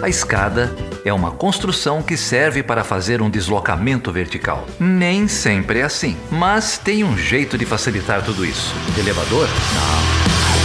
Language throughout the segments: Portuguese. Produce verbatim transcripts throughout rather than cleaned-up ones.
A escada é uma construção que serve para fazer um deslocamento vertical. Nem sempre é assim, mas tem um jeito de facilitar tudo isso. De elevador? Não.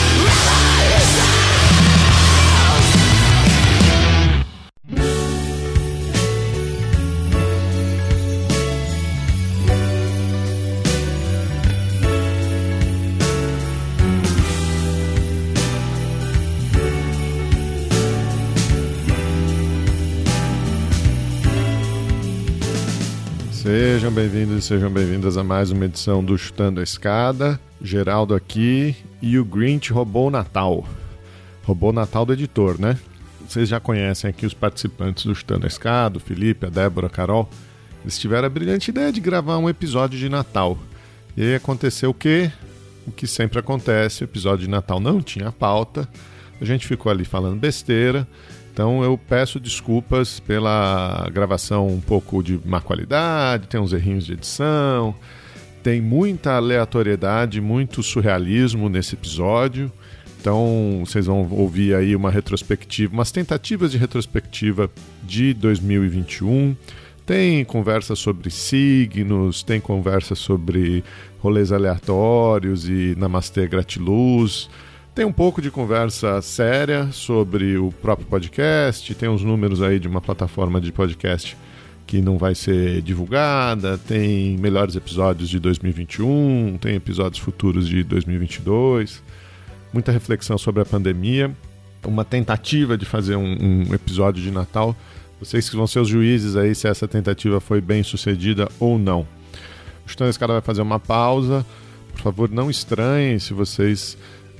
Sejam bem-vindos e sejam bem-vindas a mais uma edição do Chutando a Escada. Geraldo aqui e o Grinch roubou o Natal. Roubou o Natal do editor, né? Vocês já conhecem aqui os participantes do Chutando a Escada, o Felipe, a Débora, a Carol. Eles tiveram a brilhante ideia de gravar um episódio de Natal. E aí aconteceu o quê? O que sempre acontece, o episódio de Natal não tinha pauta, a gente ficou ali falando besteira. Então eu peço desculpas pela gravação um pouco de má qualidade, tem uns errinhos de edição, tem muita aleatoriedade, muito surrealismo nesse episódio. Então vocês vão ouvir aí uma retrospectiva, umas tentativas de retrospectiva de dois mil e vinte e um. Tem conversa sobre signos, tem conversa sobre rolês aleatórios e namastê gratiluz. Tem um pouco de conversa séria sobre o próprio podcast, tem uns números aí de uma plataforma de podcast que não vai ser divulgada, tem melhores episódios de dois mil e vinte e um, tem episódios futuros de dois mil e vinte e dois, muita reflexão sobre a pandemia, uma tentativa de fazer um, um episódio de Natal. Vocês que vão ser os juízes aí se essa tentativa foi bem sucedida ou não. O Chutando a Escada vai fazer uma pausa, por favor não estranhem se vocês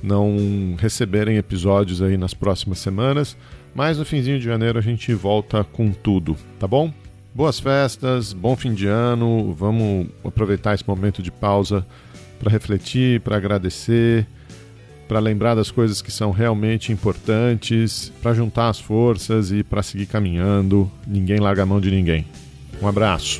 não receberem episódios aí nas próximas semanas, mas no finzinho de janeiro a gente volta com tudo, tá bom? Boas festas, bom fim de ano, vamos aproveitar esse momento de pausa para refletir, para agradecer, para lembrar das coisas que são realmente importantes, para juntar as forças e para seguir caminhando. Ninguém larga a mão de ninguém. Um abraço.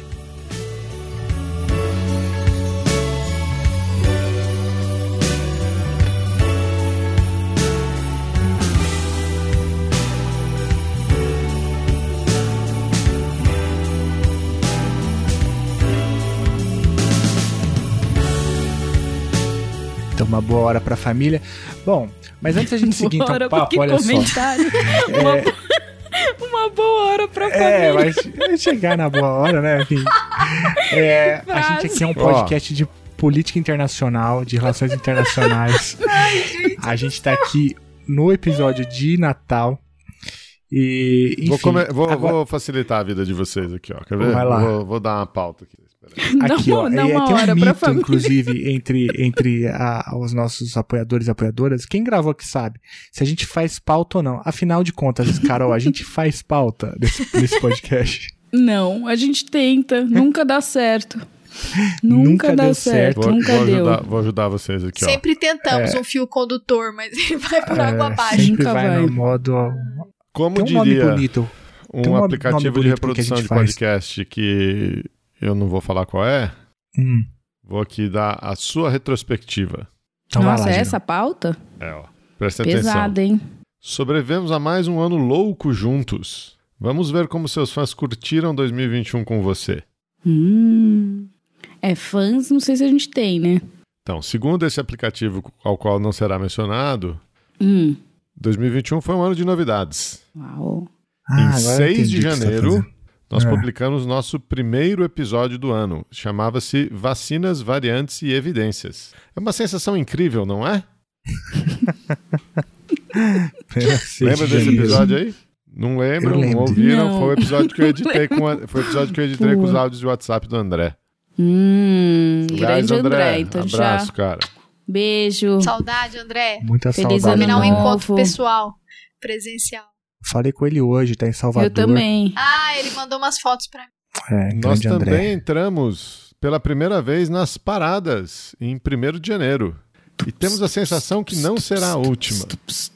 Uma boa hora pra família. Bom, mas antes da gente seguir então o papo, olha comentário. só. Uma, É... bo... uma boa hora pra família. É, mas vai chegar na boa hora, né? Enfim. É, a gente aqui é um podcast oh. de política internacional, de relações internacionais. Ai, gente. A gente tá aqui no episódio de Natal. E, enfim, vou, come... vou, agora... vou facilitar a vida de vocês aqui, ó. Quer ver? Vai lá. Vou, vou dar uma pauta aqui. Aqui, não, ó, não é, uma tem um hora mito, pra inclusive, entre, entre a, os nossos apoiadores e apoiadoras. Quem gravou aqui sabe se a gente faz pauta ou não. Afinal de contas, Carol, a gente faz pauta nesse, nesse podcast? Não, a gente tenta, nunca dá certo. Nunca, nunca dá certo, vou, nunca vou deu. Ajudar, vou ajudar vocês aqui, ó. Sempre tentamos é, um fio condutor, mas ele vai por é, água abaixo. Sempre nunca vai, vai no modo... Como tem um diria nome bonito. um, um aplicativo de reprodução de faz. podcast que eu não vou falar qual é, Hum. vou aqui dar a sua retrospectiva. Então Nossa, vai lá, é essa a pauta? É, ó. Presta Pesada, atenção. hein? Sobrevivemos a mais um ano louco juntos. Vamos ver como seus fãs curtiram dois mil e vinte e um com você. Hum. É, fãs, não sei se a gente tem, né? Então, segundo esse aplicativo ao qual não será mencionado, Hum. dois mil e vinte e um foi um ano de novidades. Uau. Ah, em agora seis de entendi o que você tá janeiro, fazendo. nós É. publicamos nosso primeiro episódio do ano. Chamava-se Vacinas, Variantes e Evidências. É uma sensação incrível, não é? Lembra desse episódio aí? Não lembram? Eu lembro. Não ouviram? Não. Foi o episódio que eu editei com a, foi o episódio que eu editei com os áudios de WhatsApp do André. Hum, Aliás, grande André, então abraço, já. cara. Beijo. Saudade, André. Muita Feliz saudade. ano Combinar um novo. encontro pessoal, presencial. Falei com ele hoje, tá em Salvador. Eu também. Ah, ele mandou umas fotos pra mim. É, Nós grande também André. entramos pela primeira vez nas paradas em primeiro de janeiro. E temos a sensação que não será a última.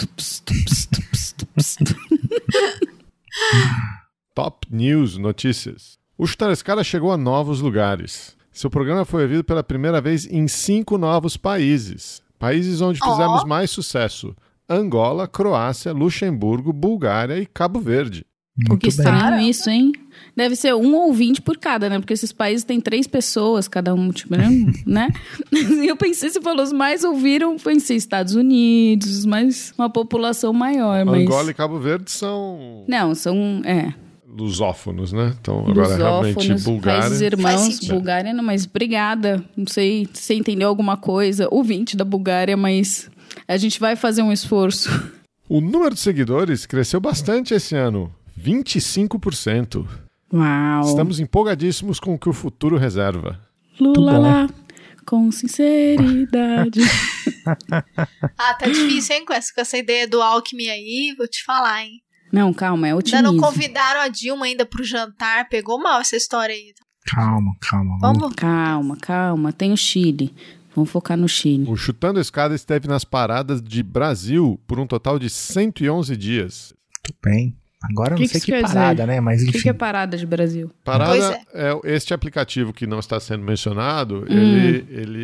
Top News Notícias. O Chutando a Escada chegou a novos lugares. Seu programa foi ouvido pela primeira vez em cinco novos países. Países onde fizemos Oh. mais sucesso. Angola, Croácia, Luxemburgo, Bulgária e Cabo Verde. Muito Pô, que bem. estranho isso, hein? Deve ser um ouvinte por cada, né? Porque esses países têm três pessoas, cada um, tipo, né? E eu pensei, você falou, os mais ouviram, pensei, Estados Unidos, mas uma população maior, mas... Angola e Cabo Verde são Não, são, é... lusófonos, né? Então agora realmente lusófonos, Bulgária. países Faz irmãos, sentido. Bulgária, não, mas obrigada. Não sei se você entendeu alguma coisa, ouvinte da Bulgária, mas a gente vai fazer um esforço. O número de seguidores cresceu bastante esse ano, vinte e cinco por cento. Uau! Estamos empolgadíssimos com o que o futuro reserva. Lula lá, com sinceridade. Ah, tá difícil, hein, com essa, com essa ideia do Alckmin aí, vou te falar, hein. Não, calma, é Ainda otimismo. não convidaram a Dilma ainda pro jantar, pegou mal essa história aí. Calma, calma. Vamos? Calma, calma, tem o Chile. Vamos focar no Chile. O Chutando a Escada esteve nas paradas de Brasil por um total de cento e onze dias. Muito bem. Agora eu Que não que sei isso que quer parada, dizer? né? Mas O enfim. que, que é parada de Brasil? Parada Pois é. este aplicativo que não está sendo mencionado, Hum. ele,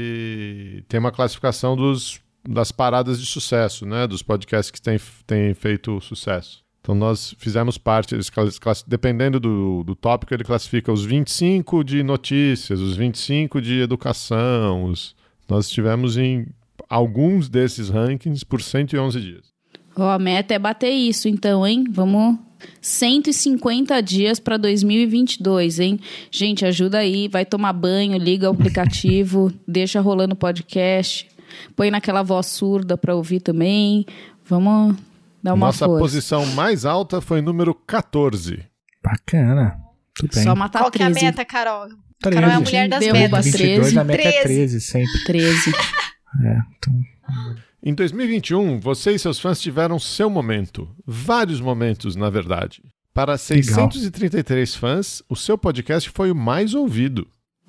ele tem uma classificação dos, das paradas de sucesso, né? Dos podcasts que têm, têm feito sucesso. Então nós fizemos parte, eles class- dependendo do, do tópico, ele classifica os vinte e cinco de notícias, os vinte e cinco de educação. Os... Nós estivemos em alguns desses rankings por cento e onze dias. Ó, a meta é bater isso, então, hein? Vamos... cento e cinquenta dias para dois mil e vinte e dois, hein? Gente, ajuda aí, vai tomar banho, liga o aplicativo, deixa rolando o podcast, põe naquela voz surda para ouvir também. Vamos dar uma Nossa força. posição mais alta foi número quatorze. Bacana. Tudo bem. Só matar Qual que é a treze. meta, Carol? treze. Carol é a mulher das Derruba metas. vinte e dois, treze. a meta é treze. treze, sempre. treze. É, então... Em dois mil e vinte e um, você e seus fãs tiveram seu momento. Vários momentos, na verdade. Para seiscentos e trinta e três fãs, o seu podcast foi o mais ouvido.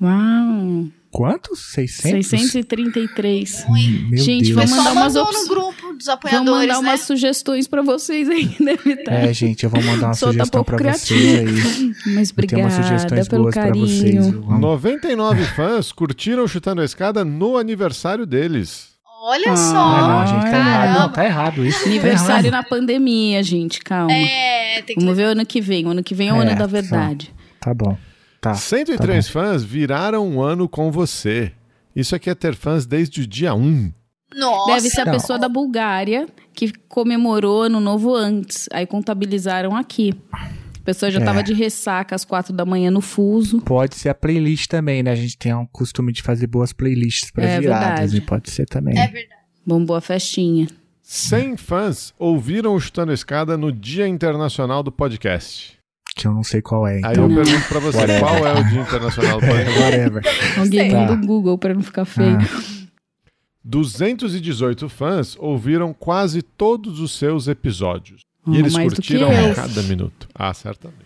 Uau! Quantos? seiscentos? seiscentos e trinta e três. Meu Gente, Deus. O vamos pessoal mandar umas mandou opções. no grupo dos Vamos apoiadores, mandar né? umas sugestões pra vocês aí, deve estar. É, gente, eu vou mandar uma Sou tá sugestão pouco pra vocês criativa. aí. Mas Eu tenho umas obrigada sugestões pelo boas pra carinho. vocês. viu? Vamos- noventa e nove fãs curtiram Chutando a Escada no aniversário deles. Olha Ah, só. Ah, não, gente, tá Caramba. errado. Não, tá errado isso. Aniversário Tá, na pandemia, gente, calma. É, tem que... Vamos ver o ano que vem. O ano que vem é o É, ano da verdade. tá bom. Tá. cento e três fãs viraram um ano com você. Isso aqui é ter fãs desde o dia um. Nossa. Deve ser a Não. pessoa da Bulgária que comemorou ano novo antes. Aí contabilizaram aqui. A pessoa já É. tava de ressaca às quatro da manhã no fuso. Pode ser a playlist também, né? A gente tem um costume de fazer boas playlists pra É viradas. verdade. E pode ser também. É verdade. Bom, boa festinha. cem fãs ouviram o Chutando a Escada no Dia Internacional do Podcast. Que eu não sei qual é, Aí então. eu Não. pergunto pra você, Whatever. qual é o Dia Internacional do Podcast? Whatever. Alguém Tá. manda o Google pra não ficar feio. Ah, duzentos e dezoito fãs ouviram quase todos os seus episódios. Ah, E eles mais do que curtiram eu. cada minuto. Ah, certamente.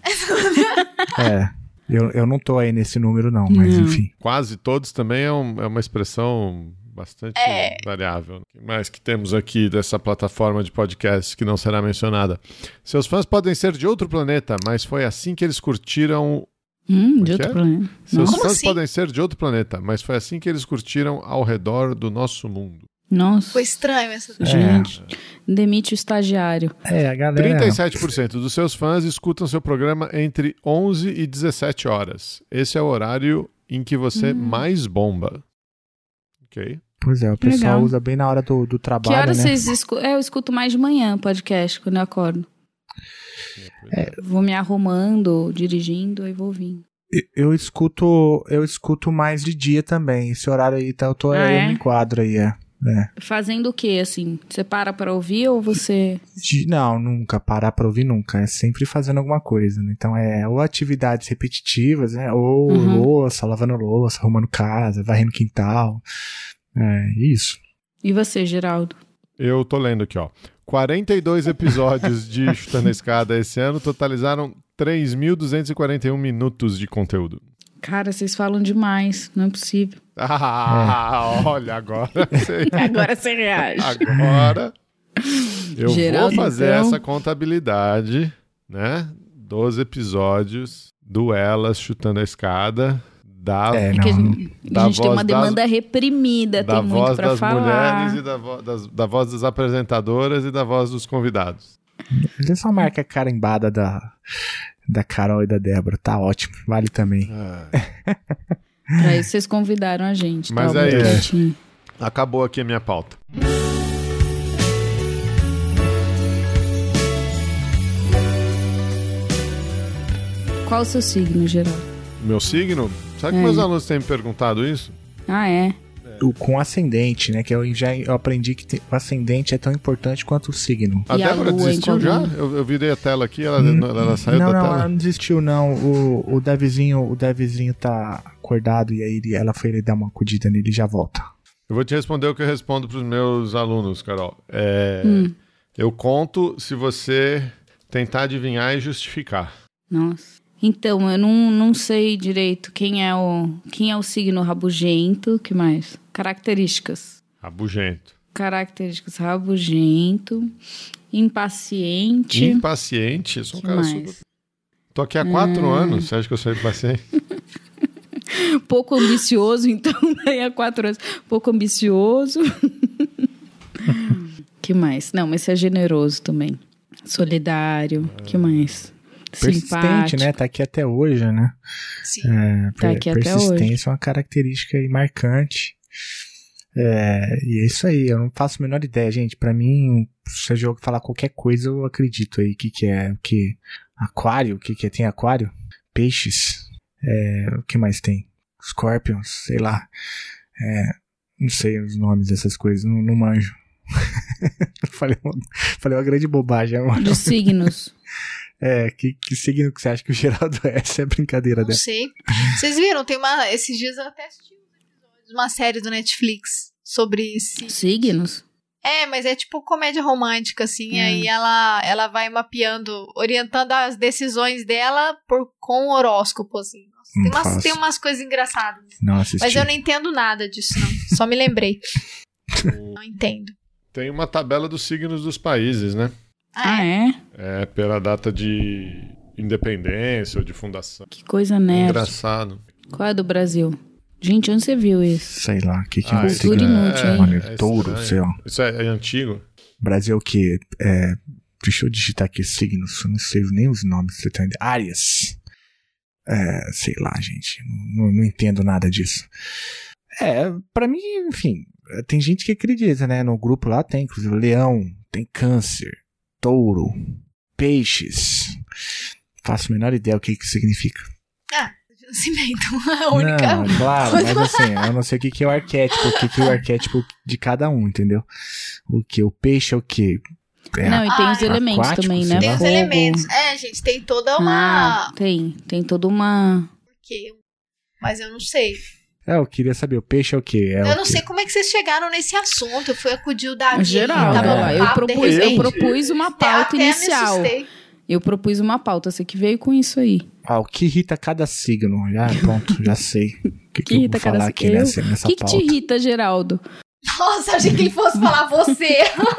é. Eu, eu não tô aí nesse número, não, mas Não. enfim. Quase todos também é, um- é uma expressão bastante É. variável. O que mais que temos aqui dessa plataforma de podcast que não será mencionada? Seus fãs podem ser de outro planeta, mas foi assim que eles curtiram... Hum, Como de é que outro é? planeta. Seus Como fãs assim? podem ser de outro planeta, mas foi assim que eles curtiram ao redor do nosso mundo. Nossa. Ficou estranho essa... Gente, demite o estagiário. É, a galera... trinta e sete por cento dos seus fãs escutam seu programa entre onze e dezessete horas. Esse é o horário em que você Hum. mais bomba. Ok? Pois é, o pessoal Legal. usa bem na hora do, do Que trabalho, hora né? vocês escutam? É, eu escuto mais de manhã podcast, quando eu acordo. É. Vou me arrumando, dirigindo, aí vou ouvindo. Eu- Eu escuto, eu escuto mais de dia também. Esse horário aí, tá, eu tô Ah, eu é? me enquadro aí, é. É. Fazendo o quê, assim? Você para pra ouvir ou você... De- Não, nunca parar pra ouvir nunca. É sempre fazendo alguma coisa, né? Então é ou atividades repetitivas, né? Ou Uhum. louça, lavando louça, arrumando casa, varrendo quintal. É isso. E você, Geraldo? Eu tô lendo aqui, ó. quarenta e dois episódios de Chutando a Escada esse ano totalizaram três mil duzentos e quarenta e um minutos de conteúdo. Cara, vocês falam demais, não é possível. Ah, olha, agora sei. Agora você reage. Agora eu Geraldo, vou fazer então. essa contabilidade, né? Dos episódios do Elas Chutando a Escada, da, É, É que a não, gente, Da a gente tem voz uma demanda reprimida, da tem muito voz pra das falar. mulheres e da, vo- das, da voz das apresentadoras e da voz dos convidados. Ele só marca a carimbada da, da Carol e da Débora. Tá ótimo. Vale também. Ah. Pra isso vocês convidaram a gente. Mas tá, é isso. quietinho. Acabou aqui a minha pauta. Qual o seu signo, Geraldo? Meu signo? Sabe que É. meus alunos têm me perguntado isso? Ah, é? O, com ascendente, né? Que eu já eu aprendi que tem- o ascendente é tão importante quanto o signo. A E a Débora lua, desistiu então, já? não? Eu, eu virei a tela aqui, ela, ela, ela saiu não, da não, tela? ela não desistiu, não. O, o Davizinho, o Davizinho tá acordado e aí ele- ela foi ele dar uma acudida nele e já volta. Eu vou te responder o que eu respondo pros meus alunos, Carol. É, Hum. Eu conto se você tentar adivinhar e justificar. Nossa. Então, eu não, não sei direito quem é o quem é o signo rabugento. Que mais? Características. Rabugento. Características rabugento, impaciente. Impaciente? Eu sou um Que cara mais? super... Tô aqui há quatro Hum. anos. Você acha que eu sou impaciente? Pouco ambicioso, então, daí há quatro anos. Pouco ambicioso. Que mais? Não, mas você é generoso também. Solidário. Que mais? Persistente, Simpático. né? Tá aqui até hoje, né? Sim. É, Tá aqui até persistência é uma característica aí marcante. É, e é isso aí, eu não faço a menor ideia, gente. Pra mim, se o jogo falar qualquer coisa, eu acredito aí. O que, que é? O que? Aquário? O que, que é? Tem aquário? Peixes? É, o que mais tem? Scorpions? Sei lá. É, não sei os nomes dessas coisas, não, não manjo. falei, uma, falei uma grande bobagem, mano. De signos. É, que, que signo que você acha que o Geraldo é? Essa é brincadeira Não dela. sei. Vocês viram? Tem uma. Esses dias eu até assisti um episódio de uma série do Netflix sobre si. Signos? É, mas é tipo comédia romântica, assim. Hum. Aí ela, ela vai mapeando, orientando as decisões dela por, com o horóscopo, assim. Nossa, Não tem, umas, faço. tem umas coisas engraçadas. Não assisti. Mas eu não entendo nada disso, não. Só me lembrei. Não entendo. Tem uma tabela dos signos dos países, né? Ah, é? É pela data de independência ou de fundação. Que coisa nerd. Engraçado. Qual é do Brasil? Gente, onde você viu isso? Sei lá, o que que Ah, é um isso Cultura signo? inútil, hein? Mano, é touro, estranho. sei lá. Isso é, é antigo? Brasil o quê? É, deixa eu digitar aqui signos, eu não sei nem os nomes. Você tá entendendo? Áreas. É, sei lá, gente. Não, não entendo nada disso. É, pra mim, enfim, tem gente que acredita, né? No grupo lá tem, inclusive, leão, tem câncer, touro, peixes. Faço a menor ideia o que que significa. Ah, nascimento. A única. Não, claro, mas assim, eu não sei o que que é o arquétipo, o que que é o arquétipo de cada um, entendeu? O que? O peixe é o quê? É Não, e tem os Ah, elementos aquático, também, sei né? Tem os Fogo. elementos. É, gente, tem toda uma. Ah, tem. Tem toda uma... Por quê? Mas eu não sei. É, eu queria saber, o peixe é o quê? É eu o não quê? sei como é que vocês chegaram nesse assunto. Eu fui acudir o Davi. Geral, tava né? no eu, papo, de propus, eu repente, propus uma pauta até me inicial. assustei. Eu propus uma pauta, você que veio com isso aí. Ah, o que irrita cada signo? Já, pronto, já sei. O que, que, Que eu irrita vou falar cada aqui signo? nessa, O nessa que, que pauta? te irrita, Geraldo? Nossa, achei que ele fosse falar você.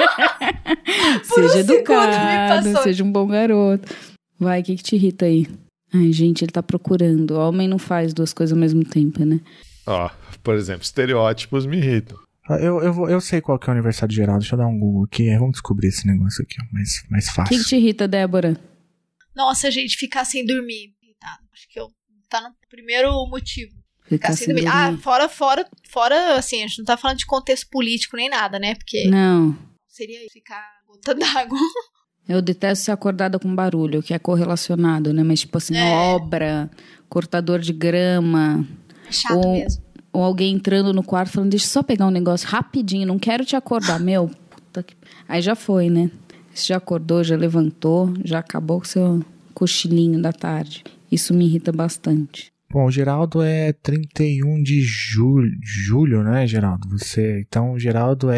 Por um Seja segundo me educado, passou. seja um bom garoto. Vai, o que, que te irrita aí? Ai, gente, ele tá procurando. O homem não faz duas coisas ao mesmo tempo, né? Ó, por exemplo, estereótipos me irritam. Ah, Eu, eu, vou- eu sei qual que é o aniversário de Geraldo. Deixa eu dar um Google aqui. aí Vamos descobrir esse negócio aqui, ó, mais, mais O fácil. que, que te irrita, Débora? Nossa, gente, ficar sem dormir. Tá, acho que eu, tá no primeiro motivo. Ficar Ficar sem dormir. Ah, fora, fora, fora, assim, a gente não tá falando de contexto político nem nada, né? Porque Não. seria ficar gota d'água. Eu detesto ser acordada com barulho, que é correlacionado, né? Mas, tipo assim, É. obra, cortador de grama, É chato ou, mesmo. ou alguém entrando no quarto falando, deixa eu só pegar um negócio rapidinho, não quero te acordar, meu. Puta que... Aí já foi, né? Você já acordou, já levantou, já acabou com o seu cochilinho da tarde. Isso me irrita bastante. Bom, o Geraldo é trinta e um de julho, julho, né, Geraldo? Você, então, o Geraldo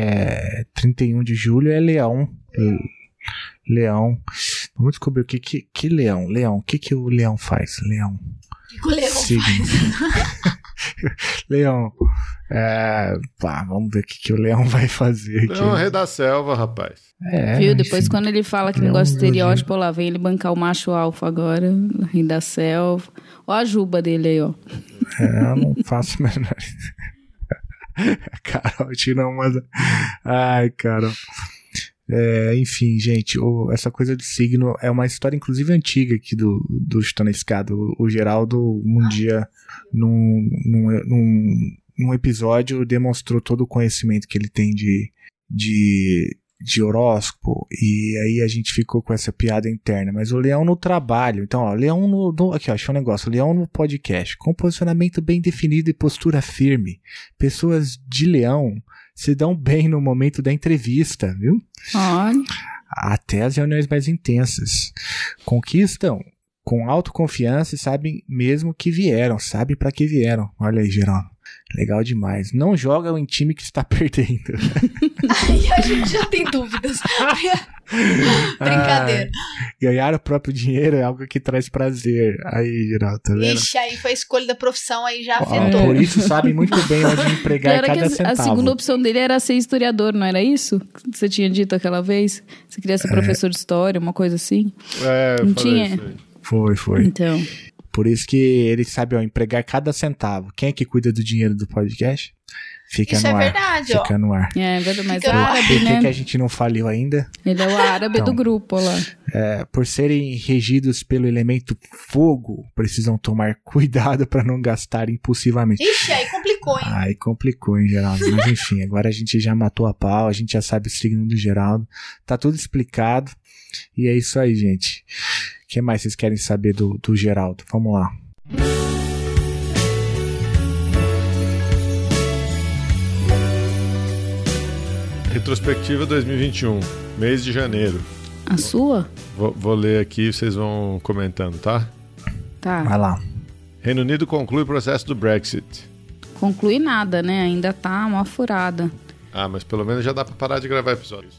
é trinta e um de julho, é leão. Leão. Vamos descobrir o que que, que leão. Leão, o que que o leão faz? Leão. O que o leão Signo. Leão. É, pá, vamos ver o que, que o leão vai fazer aqui. É um rei da selva, rapaz. É, Viu? Depois, enfim. quando ele fala que Leão negócio de elogio. estereótipo, lá vem ele bancar o macho alfa agora, rei da selva. Ó a juba dele aí, ó. É, eu não faço a menor. Carol, tira uma. Ai, Carol. É, enfim, gente, o, essa coisa de signo é uma história, inclusive, antiga aqui do, do Chutando a Escada. O, o Geraldo, um dia, num, num, num, num episódio, demonstrou todo o conhecimento que ele tem de, de, de horóscopo, e aí a gente ficou com essa piada interna. Mas o Leão no trabalho, então, ó, Leão no, no aqui, ó, achei um negócio, Leão no podcast, com posicionamento bem definido e postura firme. Pessoas de Leão se dão bem no momento da entrevista, viu? Olha. Até as reuniões mais intensas. Conquistam com autoconfiança e sabem mesmo que vieram, sabem pra que vieram. Olha aí, Geraldo. Legal demais. Não joga em time que está perdendo. Aí a gente já tem dúvidas. Brincadeira. Ah, ganhar o próprio dinheiro é algo que traz prazer. Aí, Geraldo, tá vendo? Ixi, aí foi a escolha da profissão, aí já Ó, afetou. por isso sabem muito bem onde empregar Era cada que a, centavo. a segunda opção dele era ser historiador, não era isso? Que você tinha dito aquela vez? Você queria ser É. professor de história, uma coisa assim? É, eu Não falei tinha? isso aí. Foi, foi. Então. Por isso que ele sabe, ó, empregar cada centavo. Quem é que cuida do dinheiro do podcast? Fica Isso no é ar. verdade, ó. Fica no ar. É verdade, mas Fica é no ar. árabe, Por que, que a né? gente não faliu ainda? Ele é o árabe Então. do grupo, ó lá. É, por serem regidos pelo elemento fogo, precisam tomar cuidado para não gastar impulsivamente. Ixi, aí complicou, hein? Aí complicou, hein, Geraldo? Mas enfim, agora a gente já matou a pau, a gente já sabe o signo do Geraldo. Tá tudo explicado. E é isso aí, gente. O que mais vocês querem saber do, do Geraldo? Vamos lá. Retrospectiva dois mil e vinte e um, mês de janeiro. A sua? Vou, vou ler aqui e vocês vão comentando, tá? Tá. Vai lá. Reino Unido conclui o processo do Brexit. Conclui nada, né? Ainda tá uma furada. Ah, mas pelo menos já dá pra parar de gravar episódios.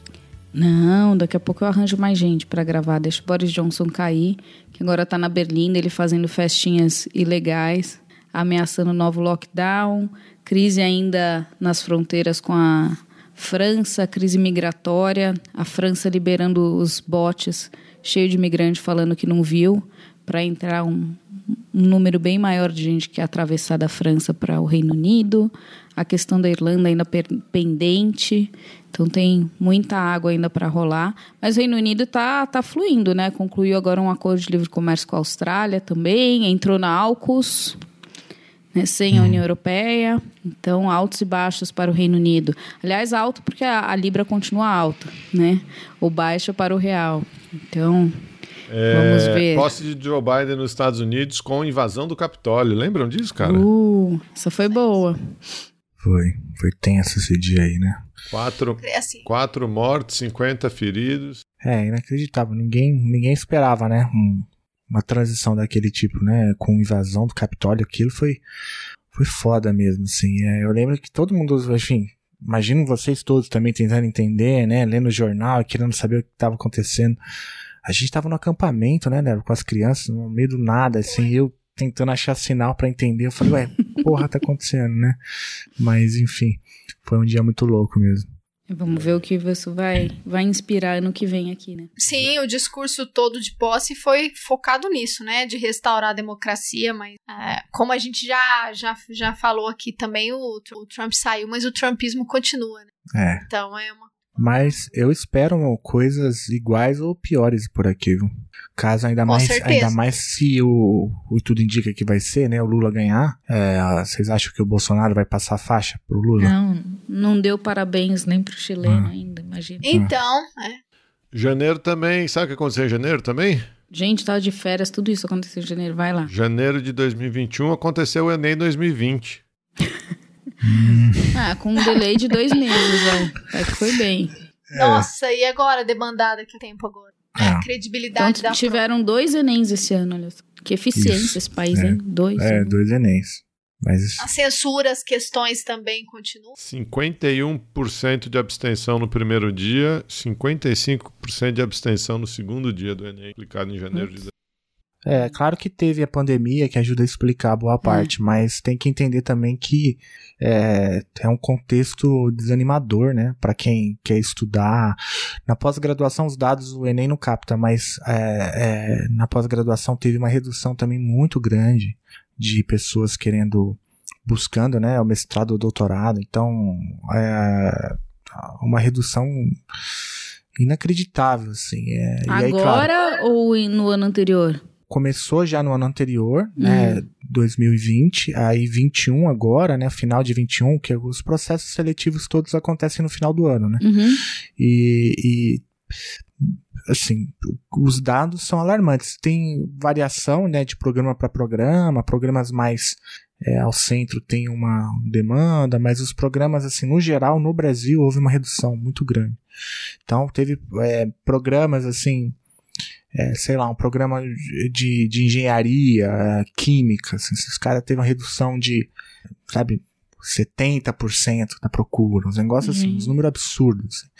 Não, daqui a pouco eu arranjo mais gente pra gravar. Deixa o Boris Johnson cair, que agora tá na Berlinda, ele fazendo festinhas ilegais, ameaçando novo lockdown, crise ainda nas fronteiras com a França, crise migratória, a França liberando os botes cheios de imigrantes falando que não viu, para entrar um, um número bem maior de gente que quer atravessar da França para o Reino Unido, a questão da Irlanda ainda pendente, então tem muita água ainda para rolar, mas o Reino Unido está tá fluindo, né? Concluiu agora um acordo de livre comércio com a Austrália também, entrou na AUKUS, né, sem a União Europeia, então altos e baixos para o Reino Unido. Aliás, alto porque a, a Libra continua alta, né? Ou baixa para o real. Então, É, vamos ver. Posse de Joe Biden nos Estados Unidos com invasão do Capitólio. Lembram disso, cara? Uh, essa foi boa. Foi. Foi tenso esse dia aí, né? Quatro, É assim. quatro mortos, cinquenta feridos. É, inacreditável. Ninguém, ninguém esperava, né? Um, uma transição daquele tipo, né? Com invasão do Capitólio. Aquilo foi, foi foda mesmo, assim. É, eu lembro que todo mundo, enfim, imagino vocês todos também tentando entender, né? Lendo o jornal, querendo saber o que estava acontecendo. A gente tava no acampamento, né, né? Com as crianças, no meio do nada, assim, eu tentando achar sinal pra entender. Eu falei, ué, porra, tá acontecendo, né? Mas, enfim, foi um dia muito louco mesmo. Vamos ver o que isso vai, vai inspirar ano que vem aqui, né? Sim, o discurso todo de posse foi focado nisso, né? De restaurar a democracia, mas é, como a gente já, já, já falou aqui também, o, o Trump saiu, mas o trumpismo continua, né? É. Então é uma... Mas eu espero coisas iguais ou piores por aqui, viu? Caso ainda Com mais, certeza. ainda mais se o, o tudo indica que vai ser, né? O Lula ganhar. É, vocês acham que o Bolsonaro vai passar a faixa pro Lula? Não, não deu parabéns nem pro chileno Ah. ainda, imagina. Então, é. Janeiro também. Sabe o que aconteceu em janeiro também? Gente, tava de férias, tudo isso aconteceu em janeiro, vai lá. Janeiro de dois mil e vinte e um aconteceu o Enem dois mil e vinte. Ah, com um delay de dois meses, vai. Até que foi bem. Nossa, e agora a demandada que eu tenho agora? É. A credibilidade Então da tiveram dois Enems esse ano, olha só. Que eficiência Isso, esse país, é. hein? Dois. É, né? dois Enéms. Mas A censura, as questões também continuam. cinquenta e um por cento de abstenção no primeiro dia, cinquenta e cinco por cento de abstenção no segundo dia do Enem, aplicado em janeiro de é, claro que teve a pandemia que ajuda a explicar boa parte, mas tem que entender também que é, é um contexto desanimador, né? Para quem quer estudar. Na pós-graduação, os dados o Enem não capta, mas é, é, na pós-graduação teve uma redução também muito grande de pessoas querendo, buscando, né, o mestrado ou doutorado. Então, é uma redução inacreditável, assim. É, Agora e aí, claro, ou no ano anterior? Começou já no ano anterior, hum. né, dois mil e vinte, aí vinte e um agora, né, final de vinte e um, que os processos seletivos todos acontecem no final do ano, né. Uhum. E, e, assim, os dados são alarmantes. Tem variação, né, de programa para programa, programas mais é, ao centro tem uma demanda, mas os programas, assim, no geral, no Brasil, houve uma redução muito grande. Então, teve é, programas, assim, É, sei lá, um programa de, de engenharia química, assim, esses caras teve uma redução de, sabe, setenta por cento da procura, uns negócios assim, uhum. uns números absurdos. Assim.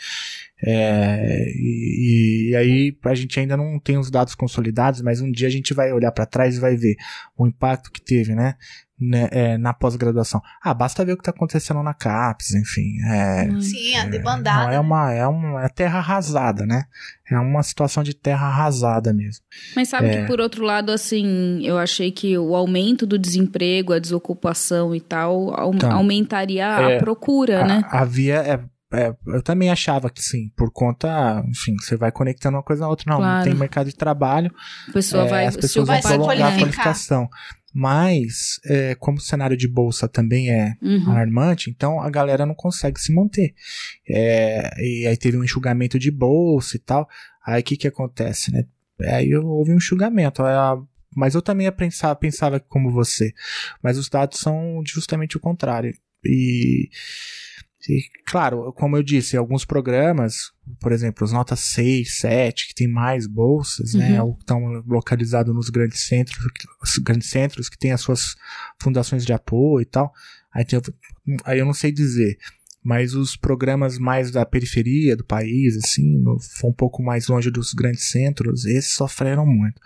É, e, e aí a gente ainda não tem os dados consolidados, mas um dia a gente vai olhar para trás e vai ver o impacto que teve, né, né é, na pós-graduação. Ah, basta ver o que está acontecendo na CAPES, enfim. É, Sim, a debandada. É, é, uma, é uma é terra arrasada, né? É uma situação de terra arrasada mesmo. Mas sabe é... que, por outro lado, assim, eu achei que o aumento do desemprego, a desocupação e tal, au- então, aumentaria é, a procura, a, né? Havia... É, é, eu também achava que sim, por conta, enfim, você vai conectando uma coisa na outra. Não, claro. Não tem mercado de trabalho, a pessoa é, vai, as pessoas vão prolongar a qualificação. Mas, é, como o cenário de bolsa também é uhum. alarmante, então a galera não consegue se manter. É, e aí teve um enxugamento de bolsa e tal. Aí o que que acontece, né? Aí houve um enxugamento. A, mas eu também pensava, pensava como você. Mas os dados são justamente o contrário. E... E, claro, como eu disse, alguns programas, por exemplo, as notas seis, sete, que tem mais bolsas, uhum. né, estão localizados nos grandes centros, os grandes centros que têm as suas fundações de apoio e tal. Aí, tem, aí eu não sei dizer, mas os programas mais da periferia do país, assim, no, um pouco mais longe dos grandes centros, esses sofreram muito.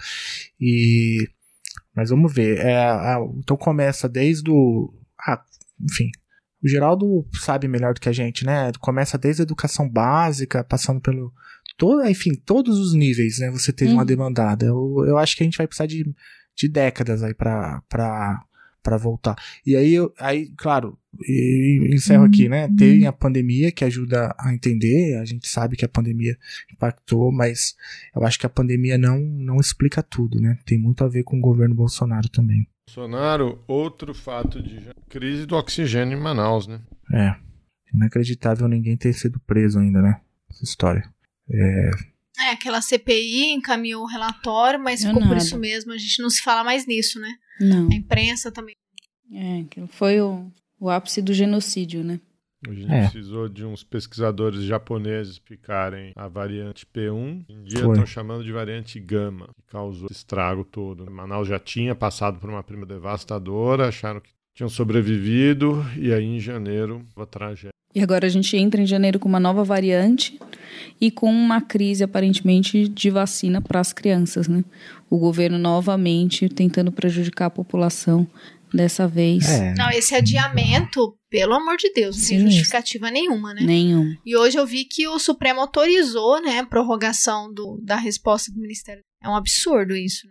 E, mas vamos ver. É, a, então começa desde o... Ah, enfim... O Geraldo sabe melhor do que a gente, né? Começa desde a educação básica, passando pelo... Todo, enfim, todos os níveis, né? Você teve hum. uma demandada. Eu, eu acho que a gente vai precisar de, de décadas aí pra, pra, pra voltar. E aí, eu, aí claro, e, encerro hum. aqui, né? Tem a pandemia que ajuda a entender. A gente sabe que a pandemia impactou, mas eu acho que a pandemia não, não explica tudo, né? Tem muito a ver com o governo Bolsonaro também. Bolsonaro, outro fato de crise do oxigênio em Manaus, né? É, inacreditável ninguém ter sido preso ainda, né? Essa história. É, é aquela C P I encaminhou o relatório, mas não ficou nada. Por isso mesmo, a gente não se fala mais nisso, né? Não. A imprensa também. É, que foi o, o ápice do genocídio, né? A gente é. precisou de uns pesquisadores japoneses explicarem a variante P um. Em dia estão chamando de variante Gama, que causou esse estrago todo. Manaus já tinha passado por uma prima devastadora, acharam que tinham sobrevivido, e aí em janeiro, a tragédia. E agora a gente entra em janeiro com uma nova variante e com uma crise, aparentemente, de vacina para as crianças, né? O governo novamente tentando prejudicar a população. Dessa vez. É. Não, esse adiamento, pelo amor de Deus, Sim, sem justificativa nenhuma, né? Nenhuma. E hoje eu vi que o Supremo autorizou, né, a prorrogação do, da resposta do Ministério. É um absurdo isso, né?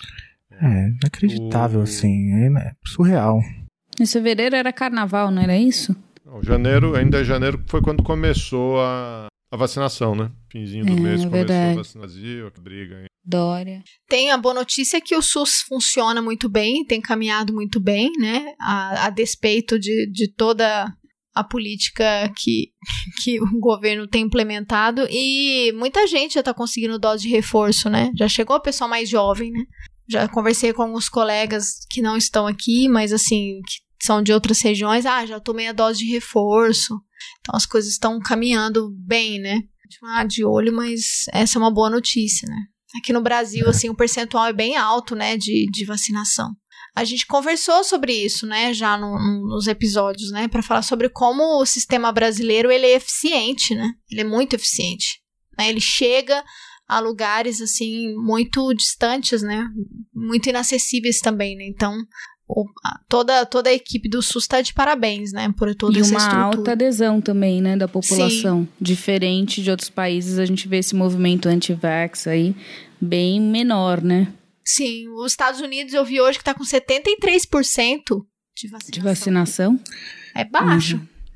É, inacreditável, o... assim. É surreal. Em fevereiro era carnaval, não era isso? Não, janeiro, ainda é janeiro, foi quando começou a, a vacinação, né? Finzinho do é, mês verdade. começou a vacinação, a briga aí. Dória. Tem a boa notícia que o SUS funciona muito bem, tem caminhado muito bem, né? A, a despeito de, de toda a política que, que o governo tem implementado. E muita gente já está conseguindo dose de reforço, né? Já chegou o pessoal mais jovem, né? Já conversei com alguns colegas que não estão aqui, mas assim, que são de outras regiões. Ah, já tomei a dose de reforço. Então as coisas estão caminhando bem, né? Ah, de olho, mas essa é uma boa notícia, né? Aqui no Brasil, assim, o percentual é bem alto, né, de, de vacinação. A gente conversou sobre isso, né, já no, no, nos episódios, né, para falar sobre como o sistema brasileiro, ele é eficiente, né, ele é muito eficiente, né, ele chega a lugares, assim, muito distantes, né, muito inacessíveis também, né, então... O, a, toda, toda a equipe do SUS está de parabéns, né, por toda e essa estrutura. E uma alta adesão também, né, da população. Sim. Diferente de outros países, a gente vê esse movimento anti-vax aí bem menor, né? Sim, os Estados Unidos eu vi hoje que está com setenta e três por cento de vacinação. De vacinação? É baixo. Uhum.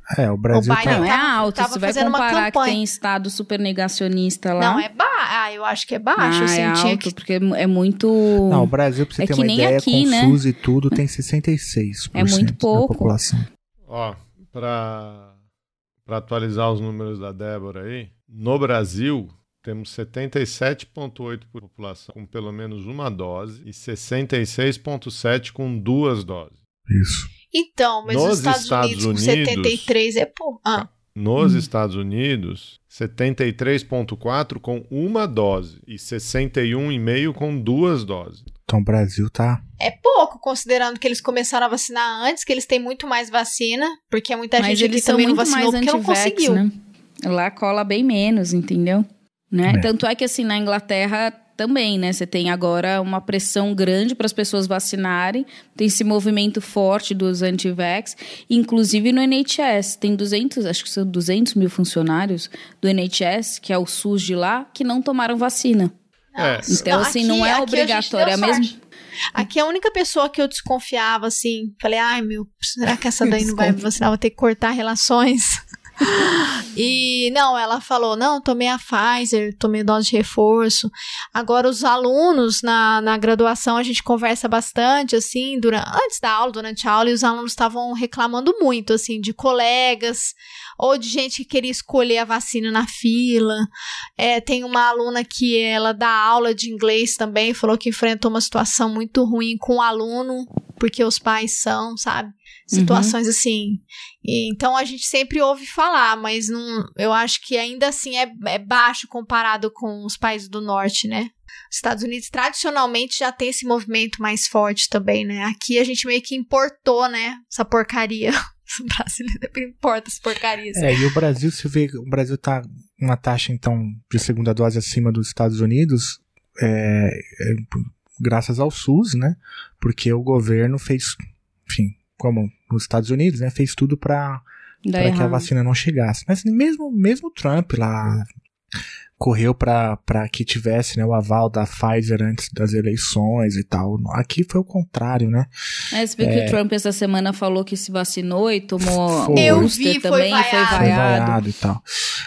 É, o Brasil O Biden tá... Não, é tava- alto. tava Você vai fazendo uma comparar que campanha. tem estado super negacionista lá. Não, é baixo. Ah, eu acho que é baixo. ah, assim, é tinha alto, que... porque é muito... Não, o Brasil, pra você É ter que uma nem ideia, aqui, com né? SUS e tudo, tem sessenta e seis por cento É muito pouco. da população. Ó, para atualizar os números da Débora aí, no Brasil temos setenta e sete vírgula oito por cento da população com pelo menos uma dose e sessenta e seis vírgula sete por cento com duas doses. Isso. Então, mas Nos os Estados, Estados Unidos, Unidos- com setenta e três é pouco. Ah, Nos Estados Unidos, setenta e três vírgula quatro por cento com uma dose e sessenta e um vírgula cinco por cento com duas doses. Então o Brasil tá... é pouco, considerando que eles começaram a vacinar antes, que eles têm muito mais vacina, porque muita Mas gente aqui eles são também não muito vacinou mais porque não anti-vax, conseguiu. né? Lá cola bem menos, entendeu? Né? É. Tanto é que assim, na Inglaterra também, né? Você tem agora uma pressão grande para as pessoas vacinarem, tem esse movimento forte dos anti-vax, inclusive no N H S. Tem duzentos, acho que são duzentos mil funcionários do N H S, que é o SUS de lá, que não tomaram vacina. É, Então, assim, não é aqui a gente obrigatório, deu é mesmo... sorte. Aqui a única pessoa que eu desconfiava, assim, falei, ai meu, será que essa daí não vai me vacinar? Vou ter que cortar relações. E não, ela falou, não, tomei a Pfizer, tomei dose de reforço. Agora os alunos na, na graduação, a gente conversa bastante, assim, durante, antes da aula, durante a aula, e os alunos estavam reclamando muito, assim, de colegas, ou de gente que queria escolher a vacina na fila. É, tem uma aluna que ela dá aula de inglês também, falou que enfrentou uma situação muito ruim com o aluno, porque os pais são, sabe? Situações uhum. assim. E, então a gente sempre ouve falar, mas não, eu acho que ainda assim é, é baixo comparado com os países do norte, né? Os Estados Unidos tradicionalmente já tem esse movimento mais forte também, né? Aqui a gente meio que importou, né? Essa porcaria. O brasileiro importa essa porcaria. É, e o Brasil, se vê, o Brasil tá uma taxa, então, de segunda dose acima dos Estados Unidos, é, é, graças ao SUS, né? Porque o governo fez, enfim, como nos Estados Unidos, né? Fez tudo para que a vacina não chegasse. Mas mesmo, mesmo o Trump lá correu para que tivesse, né, o aval da Pfizer antes das eleições e tal. Aqui foi o contrário, né? É, você viu é... que o Trump essa semana falou que se vacinou e tomou foi. o Eu booster vi, também, foi foi vaiado. vaiado. Foi vaiado e tal.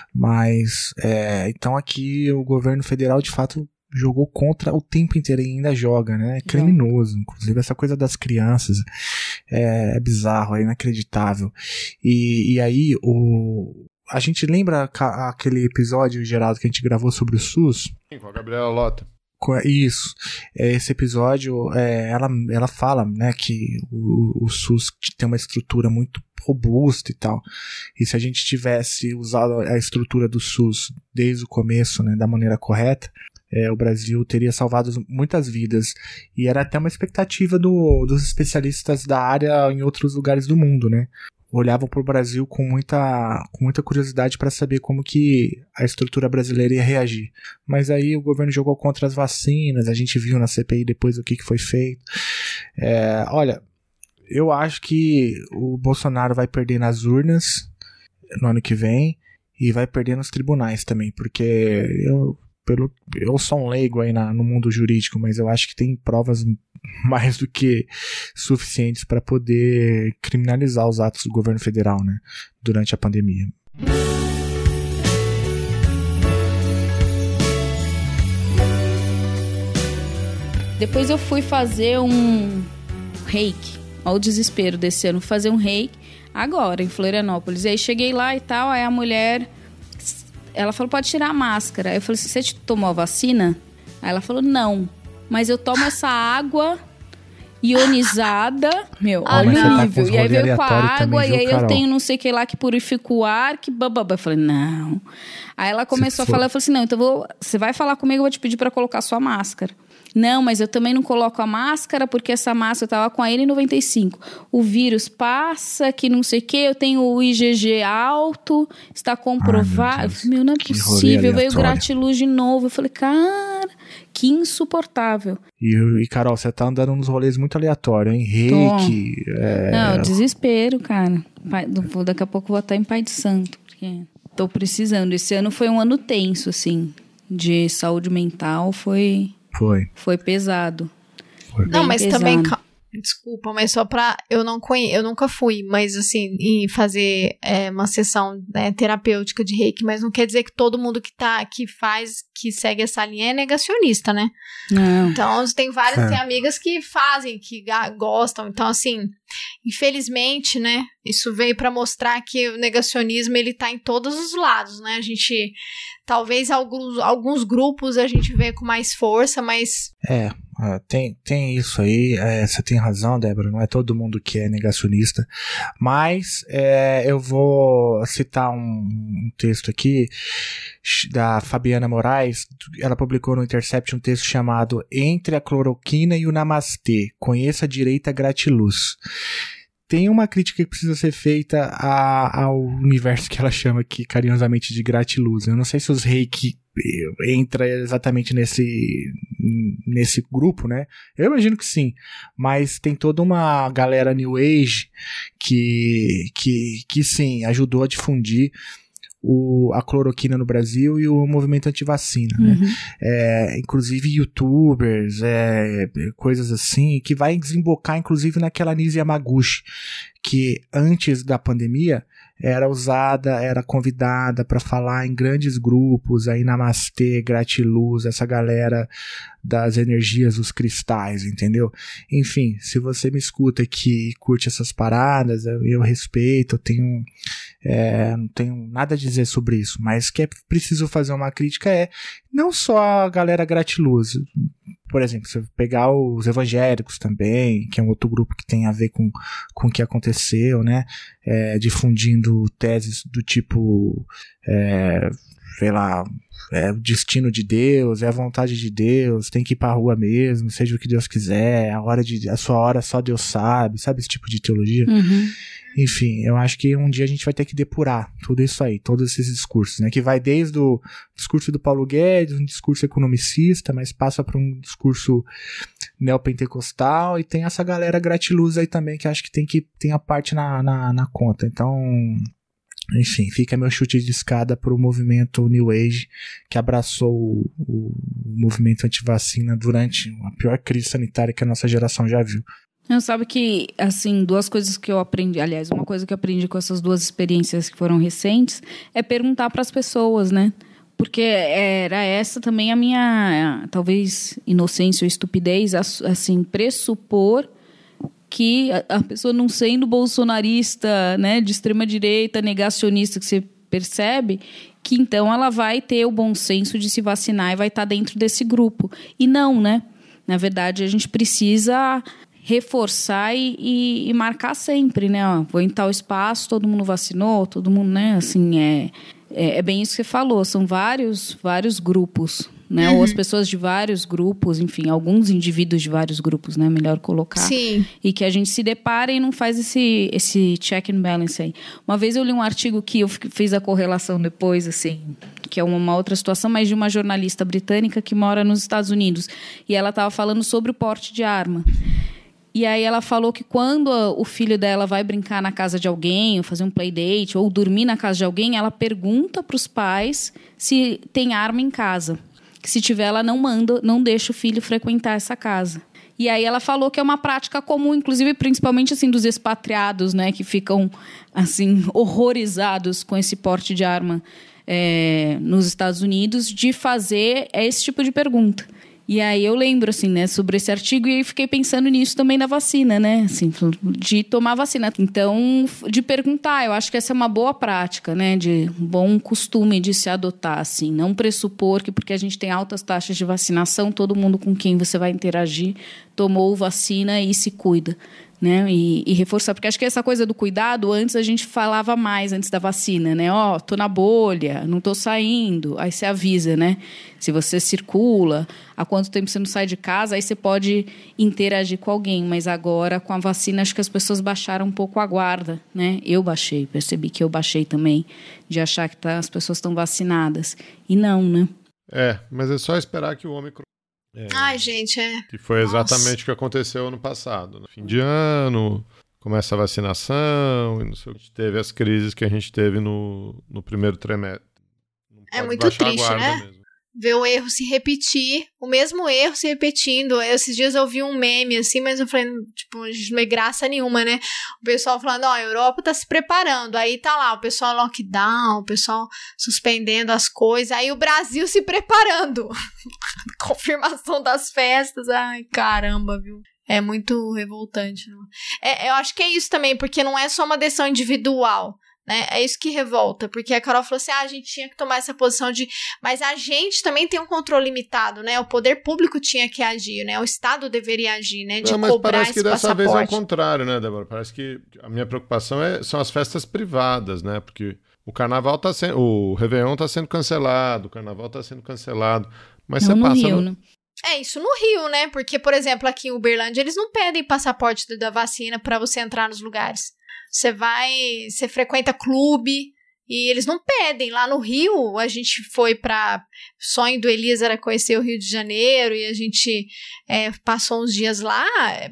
Mas, é, então aqui o governo federal, de fato, jogou contra o tempo inteiro e ainda joga, né? É criminoso. Não. Inclusive, essa coisa das crianças é, é bizarro, é inacreditável. E, e aí, o... A gente lembra ca- aquele episódio, Geraldo, que a gente gravou sobre o SUS? Sim, com a Gabriela Lota. Isso. Esse episódio, é, ela, ela fala, né, que o, o SUS tem uma estrutura muito robusta e tal. E se a gente tivesse usado a estrutura do SUS desde o começo, né, da maneira correta, é, o Brasil teria salvado muitas vidas. E era até uma expectativa do, dos especialistas da área em outros lugares do mundo, né? Olhavam para o Brasil com muita, com muita curiosidade para saber como que a estrutura brasileira ia reagir. Mas aí o governo jogou contra as vacinas, a gente viu na C P I depois o que, que foi feito. É, olha, eu acho que o Bolsonaro vai perder nas urnas no ano que vem e vai perder nos tribunais também, porque eu, pelo, eu sou um leigo aí na, no mundo jurídico, mas eu acho que tem provas mais do que suficientes para poder criminalizar os atos do governo federal, né, durante a pandemia. Depois eu fui fazer um reiki, olha o desespero desse ano, fazer um reiki agora em Florianópolis. E aí cheguei lá e tal, aí a mulher, ela falou, pode tirar a máscara. Aí eu falei assim, você tomou a vacina? Aí ela falou, não. Mas eu tomo essa água ionizada, meu, ah, olha não. o nível. Tá e aí veio com a água, também, e aí viu, eu tenho não sei o que lá que purifica o ar, que bababá. Eu falei, não. Aí ela começou a falar, eu falei assim, não, então vou, você vai falar comigo, eu vou te pedir pra colocar sua máscara. Não, mas eu também não coloco a máscara, porque essa máscara eu tava com a N noventa e cinco. O vírus passa, que não sei o que, eu tenho o I G G alto, está comprovado. Ai, meu, meu, não é possível, veio gratiluz de novo. Eu falei, cara, que insuportável. E, e Carol, você tá andando nos rolês muito aleatórios, hein? Reiki. É... Não, desespero, cara. Pai, daqui a pouco eu vou estar em Pai de Santo, porque tô precisando. Esse ano foi um ano tenso, assim, de saúde mental, foi... Foi. Foi pesado. Foi. Não, mas pesado. também, Desculpa, mas só pra... Eu não conhe, eu nunca fui, mas assim, em fazer é, uma sessão né, terapêutica de reiki, mas não quer dizer que todo mundo que, tá, que faz, que segue essa linha é negacionista, né? Não. Então, tem várias, É. tem amigas que fazem, que ga- gostam. Então, assim, infelizmente, né, isso veio pra mostrar que o negacionismo, ele tá em todos os lados, né? A gente, talvez alguns, alguns grupos a gente vê com mais força, mas... É, é, tem, tem isso aí, é, você tem razão, Débora, não é todo mundo que é negacionista, mas é, eu vou citar um, um texto aqui da Fabiana Moraes. Ela publicou no Intercept um texto chamado Entre a Cloroquina e o Namastê, conheça a direita gratiluz. Tem uma crítica que precisa ser feita a, ao universo que ela chama aqui carinhosamente de gratiluz. Eu não sei se os reiki entra exatamente nesse, nesse grupo, né? Eu imagino que sim, mas tem toda uma galera New Age que, que, que sim, ajudou a difundir o, a cloroquina no Brasil e o movimento antivacina, né? Uhum. É, inclusive youtubers, é, coisas assim, que vai desembocar inclusive naquela Nise Yamaguchi, que antes da pandemia era usada, era convidada para falar em grandes grupos, aí Namastê, Gratiluz, essa galera das energias dos cristais, entendeu? Enfim, se você me escuta que curte essas paradas, eu, eu respeito, eu tenho, é, não tenho nada a dizer sobre isso, mas que é preciso fazer uma crítica é não só a galera Gratiluz. Por exemplo, se eu pegar os evangélicos também, que é um outro grupo que tem a ver com, com o que aconteceu, né? É, difundindo teses do tipo, é, sei lá, é o destino de Deus, é a vontade de Deus, tem que ir pra rua mesmo, seja o que Deus quiser, a, hora de, a sua hora só Deus sabe, sabe esse tipo de teologia? Uhum. Enfim, eu acho que um dia a gente vai ter que depurar tudo isso aí, todos esses discursos, né? Que vai desde o discurso do Paulo Guedes, um discurso economicista, mas passa para um discurso neopentecostal, e tem essa galera gratiluz aí também, que acho que tem que tem a parte na, na, na conta. Então, enfim, fica meu chute de escada pro movimento New Age, que abraçou o, o movimento antivacina durante a pior crise sanitária que a nossa geração já viu. Não, sabe que, assim, duas coisas que eu aprendi, aliás, uma coisa que eu aprendi com essas duas experiências que foram recentes é perguntar para as pessoas, né? Porque era essa também a minha, talvez, inocência ou estupidez, assim, pressupor que a, a pessoa não sendo bolsonarista, né, de extrema-direita, negacionista, que você percebe, que então ela vai ter o bom senso de se vacinar e vai estar dentro desse grupo. E não, né? Na verdade, a gente precisa reforçar e, e, e marcar sempre, né? Ó, vou em tal espaço, todo mundo vacinou, todo mundo, né? Assim, é, é, é bem isso que você falou, são vários, vários grupos, né? Uhum. Ou as pessoas de vários grupos, enfim, alguns indivíduos de vários grupos, né? Melhor colocar. Sim. E que a gente se depara e não faz esse, esse check and balance aí. Uma vez eu li um artigo que eu fiz a correlação depois, assim, que é uma outra situação, mas de uma jornalista britânica que mora nos Estados Unidos. E ela estava falando sobre o porte de arma. E aí ela falou que quando o filho dela vai brincar na casa de alguém, ou fazer um playdate, ou dormir na casa de alguém, ela pergunta para os pais se tem arma em casa. Que se tiver, ela não manda, não deixa o filho frequentar essa casa. E aí ela falou que é uma prática comum, inclusive, principalmente assim, dos expatriados, né, que ficam assim, horrorizados com esse porte de arma é, nos Estados Unidos, de fazer esse tipo de pergunta. E aí eu lembro, assim, né, sobre esse artigo, e aí fiquei pensando nisso também da vacina, né, assim, de tomar vacina. Então, de perguntar, eu acho que essa é uma boa prática, né, de um bom costume de se adotar, assim, não pressupor que porque a gente tem altas taxas de vacinação, todo mundo com quem você vai interagir tomou vacina e se cuida, né, e, e reforçar, porque acho que essa coisa do cuidado, antes a gente falava mais, antes da vacina, né, ó, oh, tô na bolha, não tô saindo, aí você avisa, né, se você circula, há quanto tempo você não sai de casa, aí você pode interagir com alguém, mas agora, com a vacina, acho que as pessoas baixaram um pouco a guarda, né, eu baixei, percebi que eu baixei também, de achar que tá, as pessoas estão vacinadas, e não, né. É, mas é só esperar que o Ômicron... É, Ai, gente, é... Que foi exatamente Nossa. o que aconteceu ano passado. No fim de ano, começa a vacinação, e não sei o que. Teve as crises que a gente teve no, no primeiro trimestre. Não É pode muito baixar a triste, guarda né? mesmo. ver o erro se repetir, o mesmo erro se repetindo. Esses dias eu vi um meme assim, mas eu falei, tipo, não é graça nenhuma, né? O pessoal falando, ó, a Europa tá se preparando, aí tá lá, o pessoal lockdown, o pessoal suspendendo as coisas, aí o Brasil se preparando. Confirmação das festas, ai, caramba, viu? É muito revoltante, não? É, eu acho que é isso também, porque não é só uma decisão individual, né? É isso que revolta, porque a Carol falou assim, ah, a gente tinha que tomar essa posição de... Mas a gente também tem um controle limitado, né? O poder público tinha que agir, né? O Estado deveria agir, né? De não, mas cobrar parece que esse dessa passaporte. vez é o contrário, né, Débora? Parece que a minha preocupação é, são as festas privadas, né? Porque o carnaval tá sendo... O Réveillon tá sendo cancelado, o carnaval tá sendo cancelado. Mas Não você no passa... Rio, no... né? É, isso no Rio, né? Porque, por exemplo, aqui em Uberlândia, eles não pedem passaporte da vacina pra você entrar nos lugares. Você vai, você frequenta clube e eles não pedem. Lá no Rio, a gente foi pra... O sonho do Elias era conhecer o Rio de Janeiro e a gente é, passou uns dias lá.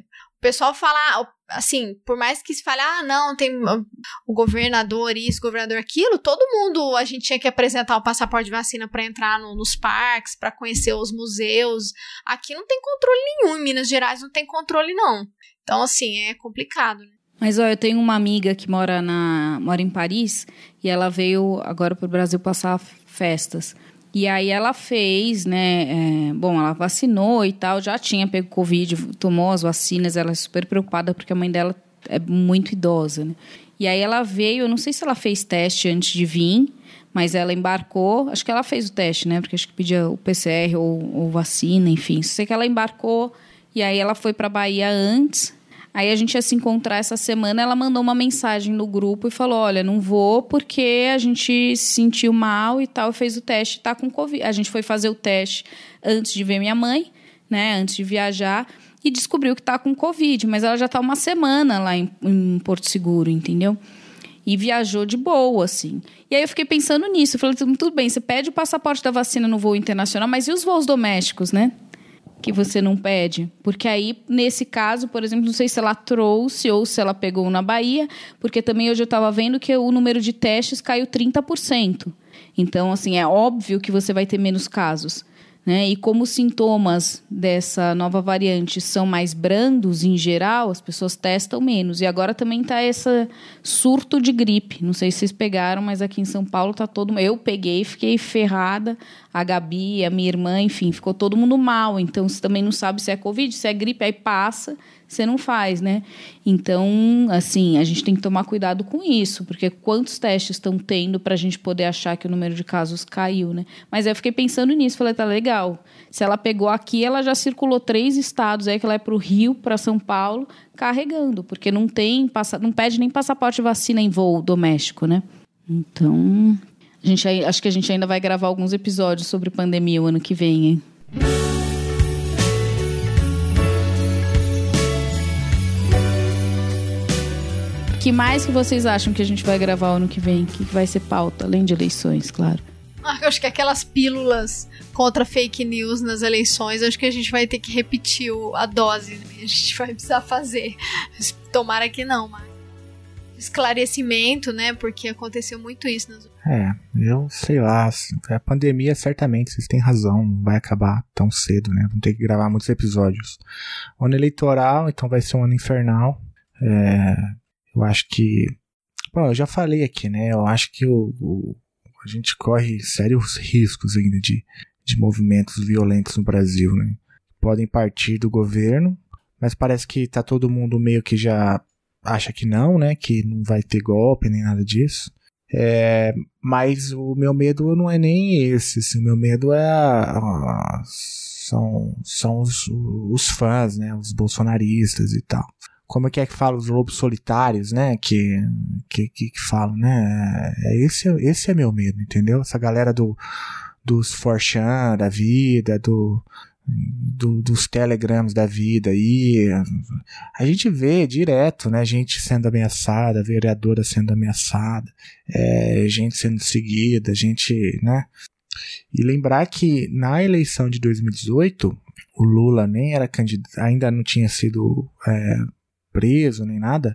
O pessoal fala, assim, por mais que se fale, ah, não, tem o governador isso, o governador aquilo, todo mundo, a gente tinha que apresentar o passaporte de vacina pra entrar no, nos parques, pra conhecer os museus. Aqui não tem controle nenhum, em Minas Gerais não tem controle não. Então, assim, é complicado, né? Mas, ó, eu tenho uma amiga que mora, na, mora em Paris e ela veio agora pro Brasil passar festas. E aí ela fez, né, é, bom, ela vacinou e tal, já tinha pego Covid, tomou as vacinas, ela é super preocupada porque a mãe dela é muito idosa, né? E aí ela veio, eu não sei se ela fez teste antes de vir, mas ela embarcou, acho que ela fez o teste, né, porque acho que pedia o P C R ou, ou vacina, enfim. Sei que ela embarcou e aí ela foi pra Bahia antes. Aí a gente ia se encontrar essa semana, ela mandou uma mensagem no grupo e falou, olha, não vou porque a gente se sentiu mal e tal, fez o teste, tá com Covid. A gente foi fazer o teste antes de ver minha mãe, né, antes de viajar, e descobriu que tá com Covid, mas ela já tá uma semana lá em, em Porto Seguro, entendeu? E viajou de boa, assim. E aí eu fiquei pensando nisso, eu falei, tudo bem, você pede o passaporte da vacina no voo internacional, mas e os voos domésticos, né? Que você não pede, porque aí, nesse caso, por exemplo, não sei se ela trouxe ou se ela pegou na Bahia, porque também hoje eu estava vendo que o número de testes caiu trinta por cento. Então, assim, é óbvio que você vai ter menos casos, né? E como os sintomas dessa nova variante são mais brandos, em geral, as pessoas testam menos. E agora também está esse surto de gripe. Não sei se vocês pegaram, mas aqui em São Paulo está todo mundo... Eu peguei, fiquei ferrada. A Gabi, a minha irmã, enfim, ficou todo mundo mal. Então, você também não sabe se é Covid, se é gripe, aí passa, você não faz, né? Então, assim, a gente tem que tomar cuidado com isso, porque quantos testes estão tendo para a gente poder achar que o número de casos caiu, né? Mas aí eu fiquei pensando nisso, falei, tá legal. Se ela pegou aqui, ela já circulou três estados, aí que ela é para o Rio, para São Paulo, carregando, porque não tem, não pede nem passaporte de vacina em voo doméstico, né? Então... A gente, acho que a gente ainda vai gravar alguns episódios sobre pandemia o ano que vem, hein? O que mais que vocês acham que a gente vai gravar o ano que vem? O que vai ser pauta, além de eleições, claro? Eu acho que aquelas pílulas contra fake news nas eleições, acho que a gente vai ter que repetir o, a dose, né? A gente vai precisar fazer. Tomara que não, mas... esclarecimento, né? Porque aconteceu muito isso nas... É, eu sei lá, a pandemia certamente, vocês têm razão, não vai acabar tão cedo, né? Vamos ter que gravar muitos episódios. O ano eleitoral, então vai ser um ano infernal. É, eu acho que... Bom, eu já falei aqui, né? Eu acho que o, o, a gente corre sérios riscos ainda de, de movimentos violentos no Brasil, né? Podem partir do governo, mas parece que tá todo mundo meio que já... acha que não, né? Que não vai ter golpe nem nada disso. É, mas o meu medo não é nem esse. Assim, o meu medo é a, a, são, são os, os fãs, né? Os bolsonaristas e tal. Como é que é que fala os lobos solitários, né? Que, que, que, que falam, né? É, esse, esse é meu medo, entendeu? Essa galera do, dos four chan da vida, do... Do, dos telegrams da vida aí, a gente vê direto, né, gente sendo ameaçada, vereadora sendo ameaçada, é, gente sendo seguida, gente, né, e lembrar que na eleição de dois mil e dezoito, o Lula nem era candidato, ainda não tinha sido é, preso nem nada,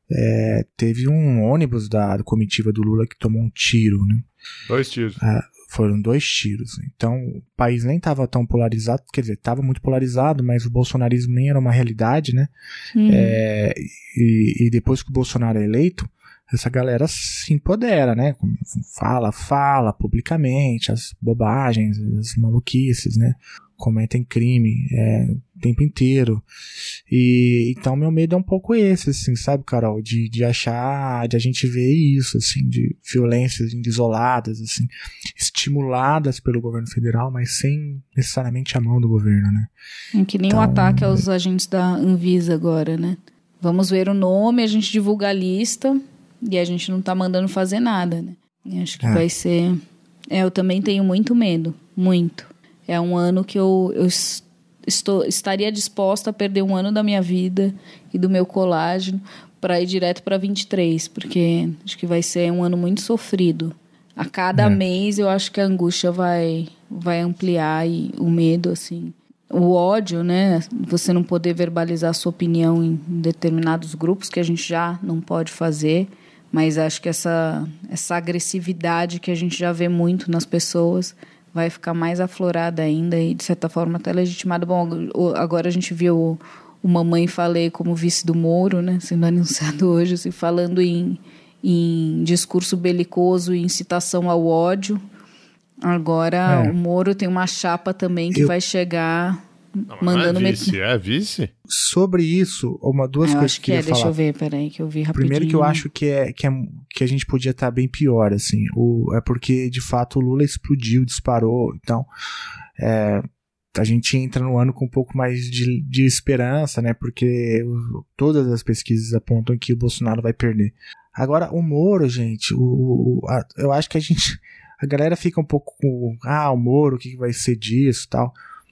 é, teve um ônibus da, da comitiva do Lula que tomou um tiro, né. Dois tiros. É, Foram dois tiros. Então, o país nem estava tão polarizado, quer dizer, estava muito polarizado, mas o bolsonarismo nem era uma realidade, né? Hum. É, e, e depois que o Bolsonaro é eleito, essa galera se empodera, né? Fala, fala publicamente as bobagens, as maluquices, né? Cometem crime é, o tempo inteiro. E então meu medo é um pouco esse, assim, sabe, Carol? De, de achar, de a gente ver isso, assim, de violências isoladas, assim, estimuladas pelo governo federal, mas sem necessariamente a mão do governo, né? É que nem o então, ataque aos agentes da Anvisa agora, né? Vamos ver o nome, a gente divulga a lista e a gente não tá mandando fazer nada, né? E acho que é. vai ser... É, eu também tenho muito medo, muito. É um ano que eu, eu estou, estaria disposta a perder um ano da minha vida e do meu colágeno para ir direto para vinte e três, porque acho que vai ser um ano muito sofrido. A cada é. mês eu acho que a angústia vai, vai ampliar e o medo, assim. O ódio, né? Você não poder verbalizar a sua opinião em determinados grupos, que a gente já não pode fazer, mas acho que essa, essa agressividade que a gente já vê muito nas pessoas vai ficar mais aflorada ainda e, de certa forma, até legitimada. Bom, agora a gente viu o, o Mamãe Falei como vice do Moro, né, sendo anunciado hoje, assim, falando em, em discurso belicoso e incitação ao ódio. Agora, é. o Moro tem uma chapa também que Eu... vai chegar... Não, mandando não é vice, met... é vice? Sobre isso, uma duas eu coisas acho que eu é, queria deixa falar. Deixa eu ver, peraí, que eu vi rapidinho. Primeiro que eu acho que, é, que, é, que a gente podia estar bem pior, assim. O, é porque, de fato, o Lula explodiu, disparou. Então, é, a gente entra no ano com um pouco mais de, de esperança, né? Porque o, todas as pesquisas apontam que o Bolsonaro vai perder. Agora, o Moro, gente, o, o, a, eu acho que a gente... A galera fica um pouco com... Ah, o Moro, o que, que vai ser disso e tal...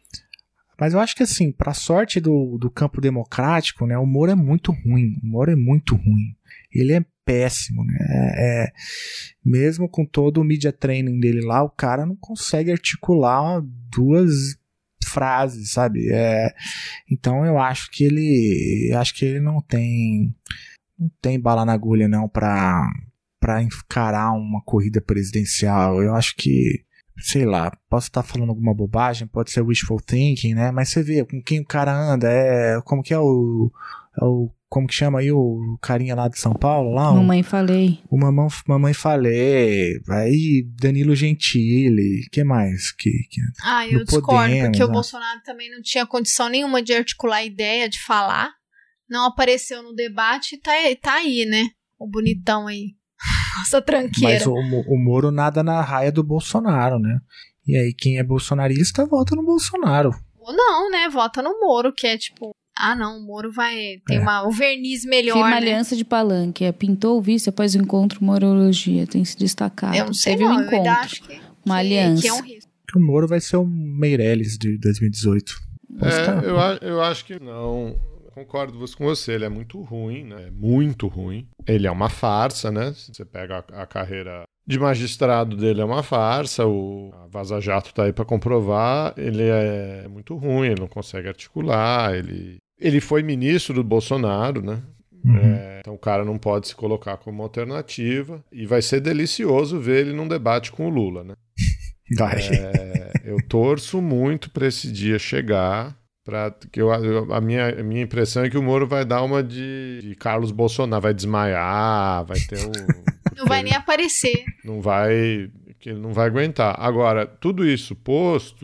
Mas eu acho que, assim, pra sorte do, do campo democrático, né, o Moro é muito ruim. O Moro é muito ruim. Ele é péssimo, né? É, é, mesmo com todo o media training dele lá, o cara não consegue articular duas frases, sabe? É, então eu acho que ele... Acho que ele não tem... Não tem bala na agulha, não, pra, pra encarar uma corrida presidencial. Eu acho que... Sei lá, posso estar falando alguma bobagem, pode ser wishful thinking, né? Mas você vê com quem o cara anda, é... Como que é o... É o como que chama aí o carinha lá de São Paulo? Lá, Mamãe o, Falei. O mamão, Mamãe Falei. Aí Danilo Gentili. O que mais? Que, que, ah, eu discordo, Podemos, porque né? o Bolsonaro também não tinha condição nenhuma de articular ideia, de falar. Não apareceu no debate e tá, tá aí, né? O bonitão aí. Nossa, tranqueira. Mas o, o Moro nada na raia do Bolsonaro, né? E aí, quem é bolsonarista, vota no Bolsonaro. Ou não, né? Vota no Moro, que é tipo... Ah, não, o Moro vai... Tem é. uma, um verniz melhor, Firma né? aliança de palanque. É, pintou o vice após o encontro Morologia. Tem se destacado. Eu não sei Teve não, um encontro, eu acho que, uma que, aliança. Que é um risco. O Moro vai ser o Meirelles de dois mil e dezoito. É, eu, eu acho que não... Concordo com você, ele é muito ruim, né? Muito ruim. Ele é uma farsa, né? Se você pega a, a carreira de magistrado dele, é uma farsa. O a Vaza Jato tá aí para comprovar. Ele é muito ruim, ele não consegue articular. Ele, ele foi ministro do Bolsonaro, né? Uhum. É, então o cara não pode se colocar como alternativa. E vai ser delicioso ver ele num debate com o Lula, né? Vai. É, eu torço muito para esse dia chegar. Pra, que eu, a, minha, a minha impressão é que o Moro vai dar uma de, de Carlos Bolsonaro, vai desmaiar, vai ter um... Não vai nem aparecer. Não vai... que ele não vai aguentar. Agora, tudo isso posto,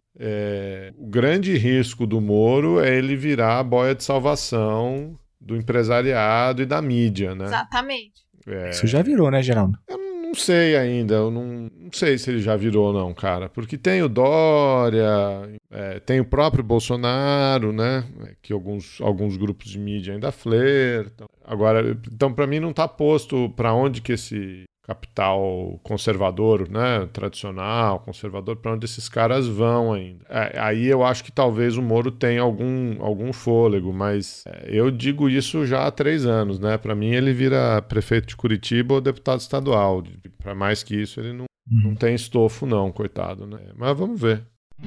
é, o grande risco do Moro é ele virar a boia de salvação do empresariado e da mídia, né? Exatamente. É, isso já virou, né, Geraldo? Eu não sei ainda, eu não, não sei se ele já virou não, cara, porque tem o Dória, é, tem o próprio Bolsonaro, né, que alguns, alguns grupos de mídia ainda flertam. Agora, então para mim não tá posto para onde que esse capital conservador, né, tradicional, conservador, para onde esses caras vão ainda. É, aí eu acho que talvez o Moro tenha algum, algum fôlego, mas é, eu digo isso já há três anos, né? Para mim ele vira prefeito de Curitiba ou deputado estadual. Para mais que isso ele não, não tem estofo não, coitado, né? Mas vamos ver.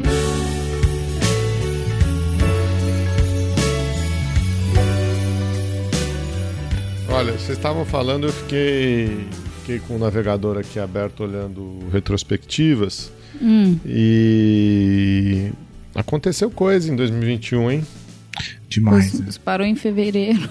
Olha, vocês estavam falando, eu fiquei... Fiquei com o navegador aqui aberto olhando retrospectivas Hum. E aconteceu coisa em dois mil e vinte e um, hein? Demais. Pois, parou em fevereiro.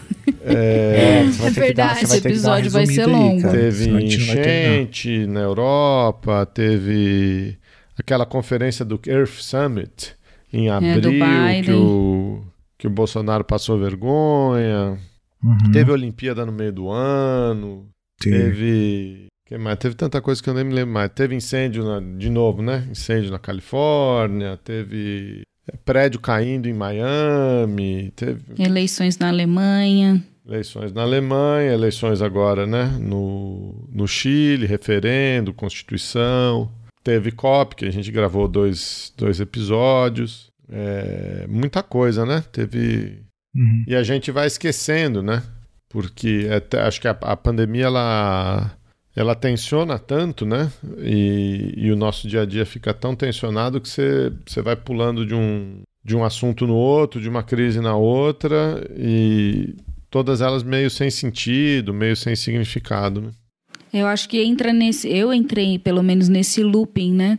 É, É, você vai ter que dar, verdade. você vai Esse ter que dar uma episódio vai ser resumida aí, longo. cara, teve senão a gente não vai terminar. enchente na Europa, teve aquela conferência do Earth Summit em do abril, Biden. que, o, que o Bolsonaro passou vergonha. Uhum. Teve a Olimpíada no meio do ano. Teve. Teve. Que mais? Teve tanta coisa que eu nem me lembro mais. Teve incêndio na- de novo, né? Incêndio na Califórnia. Teve prédio caindo em Miami. Teve Eleições na Alemanha. eleições na Alemanha, eleições agora, né? No, no Chile, referendo, Constituição. Teve COP, que a gente gravou dois, dois episódios. É, muita coisa, né? Teve. Uhum. E a gente vai esquecendo, né? Porque até, acho que a, a pandemia ela, ela tensiona tanto, né? E, e o nosso dia a dia fica tão tensionado que você, você vai pulando de um, de um assunto no outro, de uma crise na outra, e todas elas meio sem sentido, meio sem significado, né? Eu acho que entra nesse. Eu entrei, pelo menos, nesse looping, né?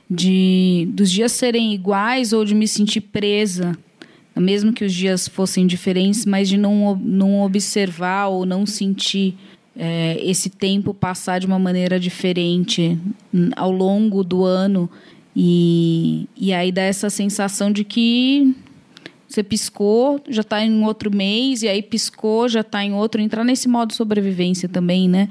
De dos dias serem iguais ou de me sentir presa. Mesmo que os dias fossem diferentes, mas de não, não observar ou não sentir é, esse tempo passar de uma maneira diferente ao longo do ano. E, e aí dá essa sensação de que você piscou, já está em outro mês, e aí piscou, já está em outro. Entrar nesse modo sobrevivência também, né?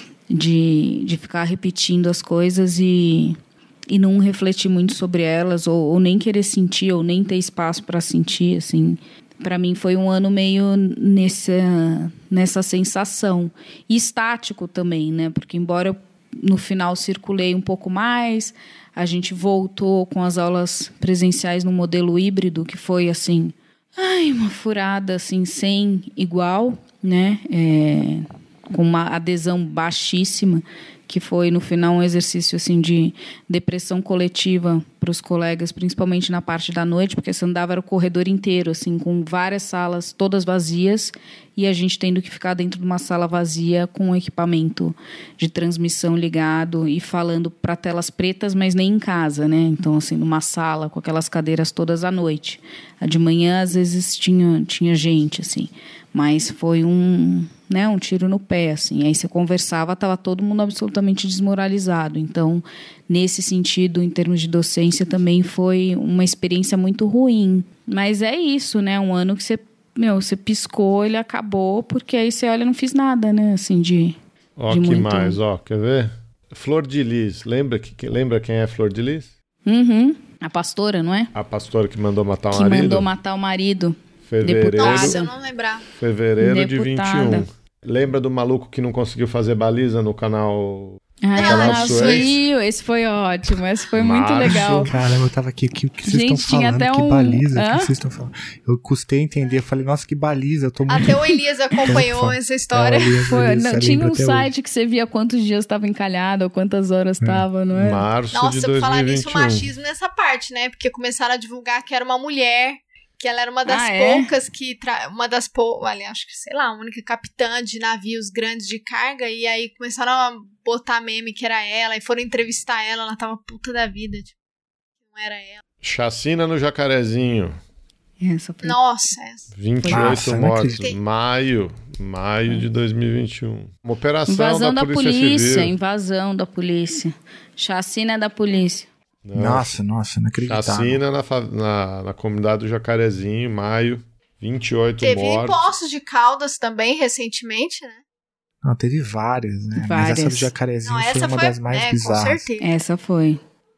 De, de ficar repetindo as coisas e... e não refletir muito sobre elas, ou, ou nem querer sentir, ou nem ter espaço para sentir, assim. Para mim foi um ano meio nessa, nessa sensação. E estático também, né? Porque embora eu, no final, circulei um pouco mais, a gente voltou com as aulas presenciais no modelo híbrido, que foi, assim, ai, uma furada, assim, sem igual, né? É, com uma adesão baixíssima, que foi, no final, um exercício assim, de depressão coletiva para os colegas, principalmente na parte da noite, porque você andava era o corredor inteiro, assim, com várias salas todas vazias, e a gente tendo que ficar dentro de uma sala vazia com o equipamento de transmissão ligado e falando para telas pretas, mas nem em casa, né? Então, assim, numa sala com aquelas cadeiras todas à noite. A de manhã, às vezes, tinha, tinha gente, assim. Mas foi um, né, um tiro no pé, assim. Aí você conversava, estava todo mundo absolutamente desmoralizado. Então, nesse sentido, em termos de docência, também foi uma experiência muito ruim. Mas é isso, né? Um ano que você, meu, você piscou, ele acabou, porque aí você olha, não fiz nada, né? Assim, de... Ó, de que muito... mais, ó, quer ver? Flor de Lis, lembra, que, lembra quem é Flor de Lis? Uhum. A pastora, não é? A pastora que mandou matar o Que marido? mandou matar o marido. Fevereiro, Nossa, eu não lembrar. fevereiro de Deputada. vinte e um. Lembra do maluco que não conseguiu fazer baliza no canal... Ai, Canal ela Suez? viu. Esse foi ótimo. Esse foi muito Márcio. legal. Caramba, eu tava aqui, o que, o que vocês Gente, estão tinha falando? até Que um- baliza, o Hã? que vocês estão falando? Eu custei a entender, eu falei, nossa, que baliza, eu tô muito... Até o Elias acompanhou essa história. É, o Elias, Foi, Elias, não, eu tinha lembro um até site hoje. que você via quantos dias estava encalhado, ou quantas horas estava, não é? Março de Nossa, por falar nisso, o dois mil e vinte e um. machismo nessa parte, né? Porque começaram a divulgar que era uma mulher, que ela era uma das Ah, é? poucas que... Tra... Uma das poucas... Olha, acho que, sei lá, a única capitã de navios grandes de carga. E aí começaram a botar meme que era ela. E foram entrevistar ela, ela tava puta da vida. Tipo, não era ela. Chacina no Jacarezinho. Essa foi... Nossa, essa. vinte e oito Nossa, não mortos. acredito. Maio. Maio de dois mil e vinte e um. Uma operação Invasão da da Polícia, polícia, Civil. invasão da polícia. Chacina da polícia. Não. Nossa, nossa, não acreditava. Chacina na, fa- na, na comunidade do Jacarezinho, maio. vinte e oito Teve mortos. Poços de Caldas também, recentemente, né? Não, teve várias, né? Mas Várias. essa do Jacarezinho Não, foi essa uma foi... das mais é, com bizarras. certeza. Essa foi.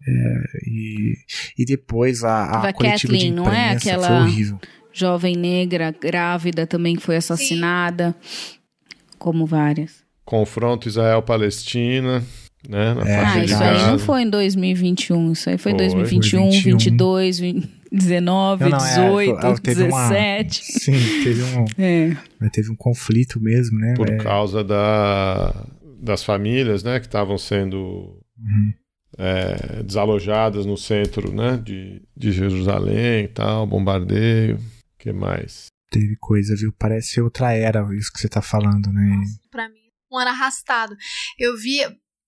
E, e depois a, a Da coletiva de Kathleen, imprensa não é? foi Aquela- horrível. Jovem negra, grávida, também foi assassinada. Como várias. Confronto Israel-Palestina, né? Na É, faixa Ah, de isso aí Gaza. não foi em dois mil e vinte e um. Isso aí foi em Foi. dois mil e vinte e um, Foi vinte e um. vinte e dois, dezenove, Não, não, é, dezoito, foi- teve uma- dezessete. Sim, teve um, É. teve um conflito mesmo, né? Por É, causa da, das famílias, né? Que estavam sendo uhum. é, desalojadas no centro, né? De, de Jerusalém e tal, bombardeio. O que mais? Teve coisa, viu? Parece outra era, isso que você tá falando, né? Pra mim, um ano arrastado. Eu vi,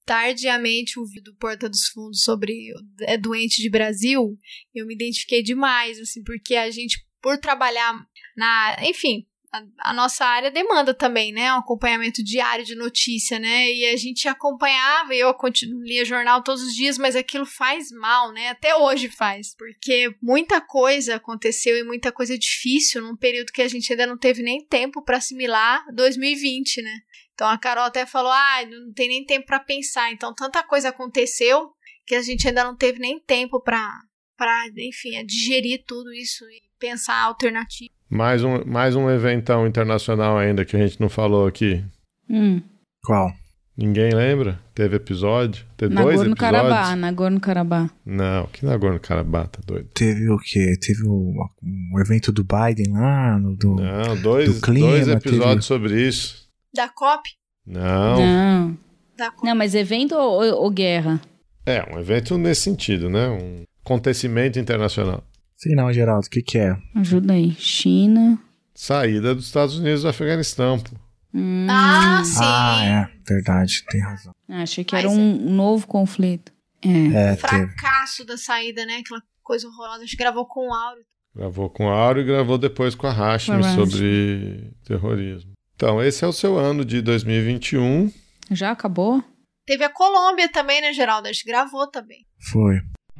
tardiamente o vídeo do Porta dos Fundos sobre é doente de Brasil, eu me identifiquei demais, assim, porque a gente, por trabalhar na, enfim, a, a nossa área demanda também, né, um acompanhamento diário de notícia, né, e a gente acompanhava, e eu continuo, lia jornal todos os dias, mas aquilo faz mal, né, até hoje faz, porque muita coisa aconteceu e muita coisa difícil num período que a gente ainda não teve nem tempo para assimilar, dois mil e vinte, né. Então a Carol até falou, ah, não tem nem tempo para pensar, então tanta coisa aconteceu que a gente ainda não teve nem tempo para, para, enfim, digerir tudo isso e pensar alternativa. Mais um, mais um eventão internacional ainda que a gente não falou aqui. Hum. Qual? Ninguém lembra? Teve episódio? Teve dois episódios? Nagorno-Karabakh, Nagorno-Karabakh. Não, que Nagorno-Karabakh, tá doido? Teve o quê? Teve o, um evento do Biden lá, no, do, Não, dois, do clima, dois episódios teve... sobre isso. Da COP? Não. Não. Da COP. Não, mas evento ou, ou, ou guerra? É, um evento nesse sentido, né? Um acontecimento internacional. Sei não, Geraldo, o que que é? Ajuda aí. China. Saída dos Estados Unidos do Afeganistão, pô. Hum. Ah, sim. Ah, é, verdade, tem razão. Achei que Mas era um novo conflito. É. É, teve. Fracasso da saída, né? Aquela coisa horrorosa. A gente gravou com o Áureo. Gravou com a Áureo e gravou depois com a Hashmi Com a Hashmi. sobre terrorismo. Então, esse é o seu ano de dois mil e vinte e um. Já acabou? Teve a Colômbia também, né, Geraldo? A gente gravou também. Foi.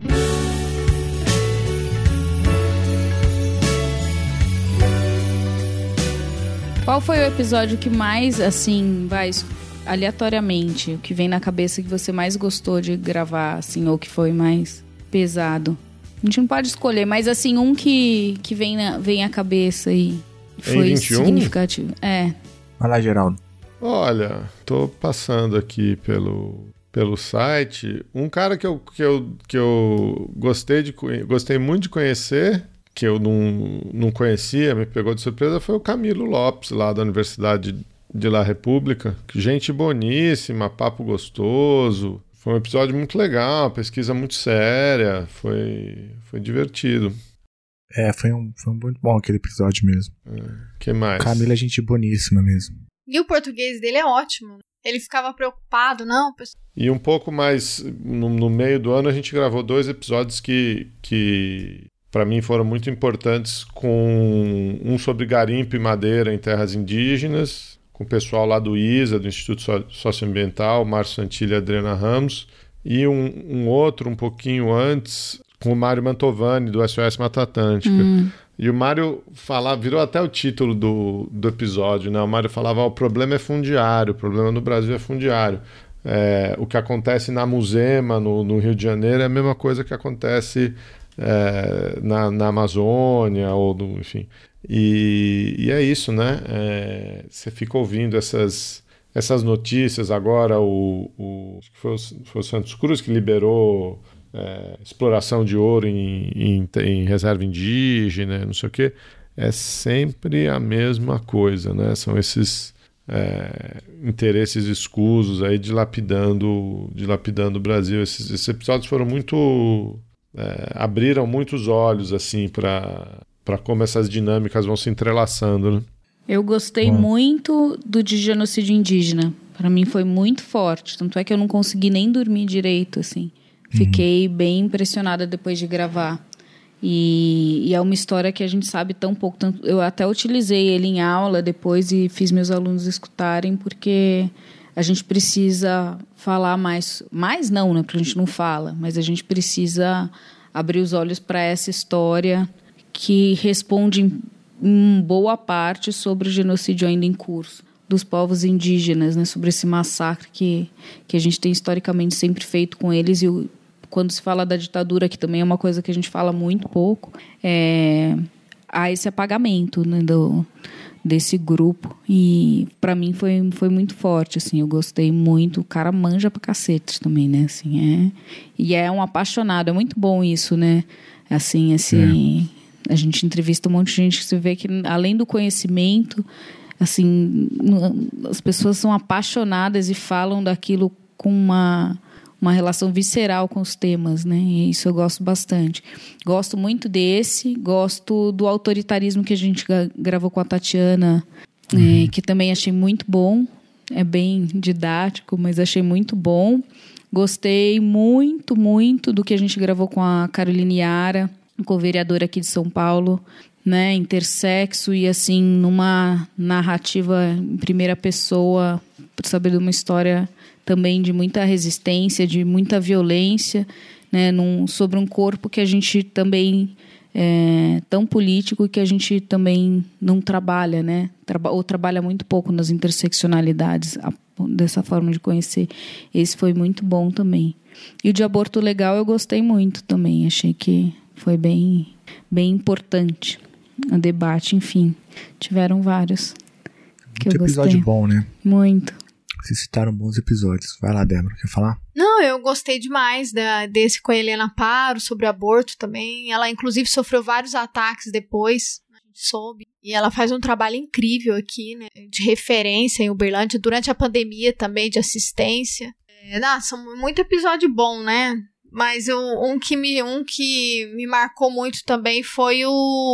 Qual foi o episódio que mais, assim, vai aleatoriamente, o que vem na cabeça que você mais gostou de gravar, assim, ou que foi mais pesado? A gente não pode escolher, mas, assim, um que, que vem, na, vem à cabeça e foi vinte e um? significativo. É. Vai lá, Geraldo. Olha, tô passando aqui pelo, pelo site. Um cara que eu, que eu, que eu gostei, de, gostei muito de conhecer, que eu não, não conhecia, me pegou de surpresa, foi o Camilo Lopes, lá da Universidade de La República. Gente boníssima, papo gostoso. Foi um episódio muito legal, pesquisa muito séria, foi, foi divertido. É, foi um, foi um muito bom aquele episódio mesmo. O é, que mais? Camila é gente boníssima mesmo. E o português dele é ótimo. Ele ficava preocupado, não? Pessoal... E um pouco mais, no, no meio do ano, a gente gravou dois episódios que... que... para mim foram muito importantes, com um sobre garimpo e madeira em terras indígenas, com o pessoal lá do I S A, do Instituto Socioambiental, Márcio Santilli e Adriana Ramos, e um, um outro um pouquinho antes, com o Mário Mantovani, do S O S Mata Atlântica. Hum. E o Mário falava, virou até o título do, do episódio, né? O Mário falava, oh, o problema é fundiário, o problema no Brasil é fundiário. É, o que acontece na Muzema, no, no Rio de Janeiro, é a mesma coisa que acontece... É, na, na Amazônia, ou do, enfim. E, e é isso, né? É, você fica ouvindo essas, essas notícias agora. O, o, foi, o, foi o Santos Cruz que liberou é, exploração de ouro em, em, em reserva indígena, não sei o quê. É sempre a mesma coisa, né? São esses é, interesses escusos aí dilapidando, dilapidando o Brasil. Esses, esses episódios foram muito... É, abriram muitos olhos assim para para como essas dinâmicas vão se entrelaçando, né? Eu gostei hum. muito do de genocídio indígena. Para mim foi muito forte, tanto é que eu não consegui nem dormir direito, assim. Fiquei hum. bem impressionada depois de gravar. E, e é uma história que a gente sabe tão pouco. Tanto, eu até utilizei ele em aula depois e fiz meus alunos escutarem, porque a gente precisa falar mais... Mais não, né? Porque a gente não fala. Mas a gente precisa abrir os olhos para essa história que responde em, em boa parte sobre o genocídio ainda em curso dos povos indígenas, né? Sobre esse massacre que, que a gente tem historicamente sempre feito com eles. E o, quando se fala da ditadura, que também é uma coisa que a gente fala muito pouco, é, há esse apagamento, né, do... desse grupo, e pra mim foi, foi muito forte, assim, eu gostei muito, o cara manja pra cacete também, né, assim, é, e é um apaixonado, é muito bom isso, né, assim, assim, é. A gente entrevista um monte de gente que se vê que, além do conhecimento, assim, as pessoas são apaixonadas e falam daquilo com uma... uma relação visceral com os temas, né? E isso eu gosto bastante. Gosto muito desse, gosto do autoritarismo que a gente gravou com a Tatiana, uhum. é, que também achei muito bom. é bem didático, mas achei muito bom. Gostei muito, muito do que a gente gravou com a Caroline Yara, co-vereadora aqui de São Paulo, né, intersexo e assim, numa narrativa em primeira pessoa, por saber de uma história também de muita resistência, de muita violência, né, num, sobre um corpo que a gente também é tão político e que a gente também não trabalha, né, Traba- ou trabalha muito pouco nas interseccionalidades, a, dessa forma de conhecer. Esse foi muito bom também. E o de aborto legal eu gostei muito também, achei que foi bem, bem importante o debate, enfim, tiveram vários que Muito eu gostei. episódio bom, né? Muito. Vocês citaram bons episódios. Vai lá, Débora, quer falar? Não, eu gostei demais da, desse com a Helena Paro, sobre aborto também. Ela, inclusive, sofreu vários ataques depois, a gente soube. E ela faz um trabalho incrível aqui, né? De referência em Uberlândia, durante a pandemia também, de assistência. É, nossa, muito episódio bom, né? Mas eu, um, que me, um que me marcou muito também foi o,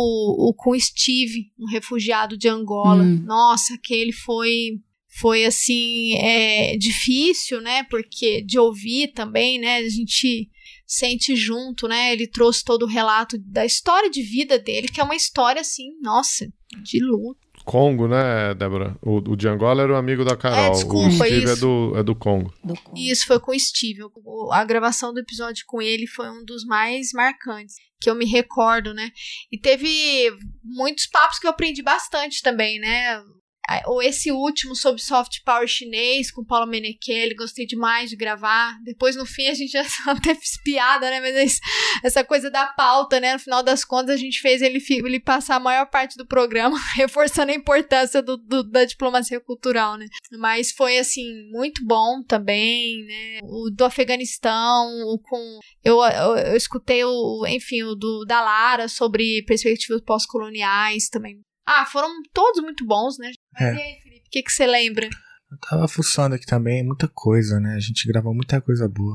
o com o Steve, um refugiado de Angola. Hum. Nossa, aquele foi... Foi, assim, é, difícil, né, porque de ouvir também, né, a gente sente junto, né, ele trouxe todo o relato da história de vida dele, que é uma história, assim, nossa, de luta. Congo, né, Débora? O, o de Angola era o amigo da Carol. É, desculpa, o Steve isso. É, do, é do Congo. Do Congo. Isso foi com o Steve, o- a gravação do episódio com ele foi um dos mais marcantes, que eu me recordo, né, e teve muitos papos que eu aprendi bastante também, né, ou esse último sobre soft power chinês com o Paulo Menechele, gostei demais de gravar. Depois no fim a gente já até fez piada, né, mas é isso, essa coisa da pauta, né, no final das contas a gente fez ele, fi- ele passar a maior parte do programa reforçando a importância do, do- da diplomacia cultural, né, mas foi assim, muito bom também, né, o do Afeganistão, o com, eu, eu, eu escutei o, enfim, o do, da Lara sobre perspectivas pós-coloniais também. Ah, foram todos muito bons, né? Mas É. e aí, Felipe, o que, que você lembra? Eu tava fuçando aqui também, muita coisa, né? A gente gravou muita coisa boa.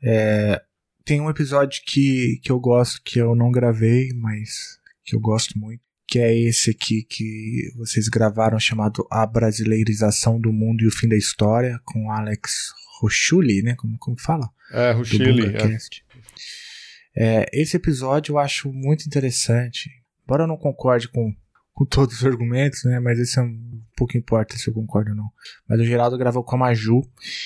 É, tem um episódio que, que eu gosto, que eu não gravei, mas que eu gosto muito, que é esse aqui que vocês gravaram, chamado A Brasileirização do Mundo e o Fim da História, com Alex Rochuli, né? Como, como fala? É, Do Ruchili. É. BungaCast. É, esse episódio eu acho muito interessante, embora eu não concorde com, com todos os argumentos, né, mas esse é um pouco importa se eu concordo ou não. Mas o Geraldo gravou com a Maju,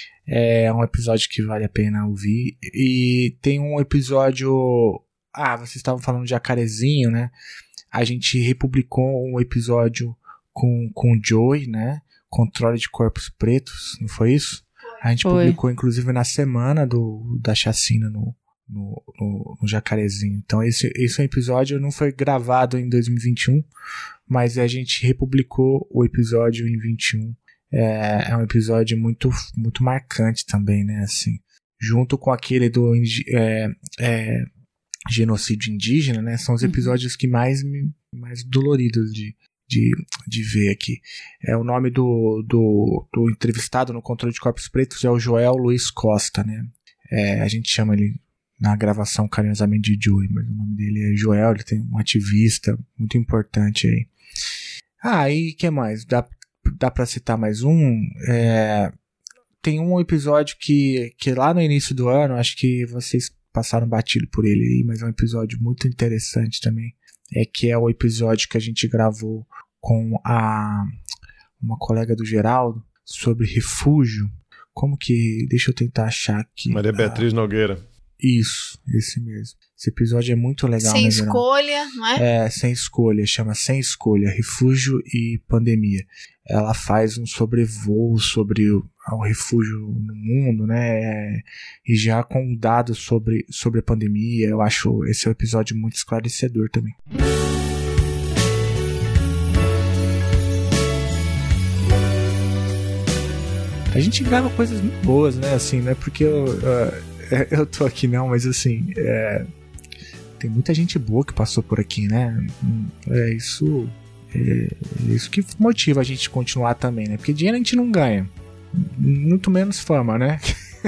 é um episódio que vale a pena ouvir. E tem um episódio... Ah, vocês estavam falando de Jacarezinho, né? A gente republicou um episódio com, com o Joey, né? Controle de Corpos Pretos, não foi isso? A gente Foi. publicou, inclusive, na semana do, da chacina no, no, no, no Jacarezinho. Então, esse, esse episódio não foi gravado em dois mil e vinte e um, mas a gente republicou o episódio em vinte e um. É, é um episódio muito, muito marcante também, né? Assim, junto com aquele do indi- é, é, genocídio indígena, né? São os episódios que mais me mais doloridos de, de, de ver aqui. É o nome do, do, do entrevistado no Controle de Corpos Pretos é o Joel Luiz Costa, né? É, a gente chama ele na gravação carinhosamente de Joey, mas o nome dele é Joel, ele tem um ativista muito importante aí. Ah, e o que mais? Dá, dá pra citar mais um? É, tem um episódio que, que lá no início do ano, acho que vocês passaram batido por ele aí, mas é um episódio muito interessante também. É que é o episódio que a gente gravou com a uma colega do Geraldo sobre refúgio. Como que... Deixa eu tentar achar aqui. Maria Beatriz Nogueira. Isso, esse mesmo. Esse episódio é muito legal, Sem né, Geraldo? escolha, não é? É, Sem Escolha, chama Sem Escolha, Refúgio e Pandemia. Ela faz um sobrevoo sobre o, o refúgio no mundo, né, é, e já com dados sobre, sobre a pandemia. Eu acho esse é um episódio muito esclarecedor também. A gente grava coisas muito boas, né, assim, não é porque eu, uh, eu tô aqui não, mas assim, é, tem muita gente boa que passou por aqui, né? É isso, é isso que motiva a gente continuar também, né? Porque dinheiro a gente não ganha, muito menos fama, né?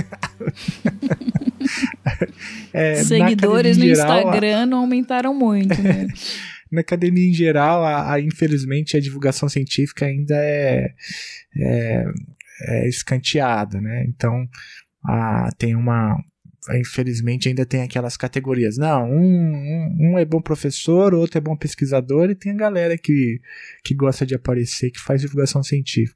É, Seguidores no geral, Instagram não aumentaram muito, né? Na academia em geral, a, a, infelizmente, a divulgação científica ainda é, é, é escanteada, né? Então, a, tem uma... Infelizmente, ainda tem aquelas categorias. Não, um, um, um é bom professor, outro é bom pesquisador, e tem a galera que, que gosta de aparecer, que faz divulgação científica.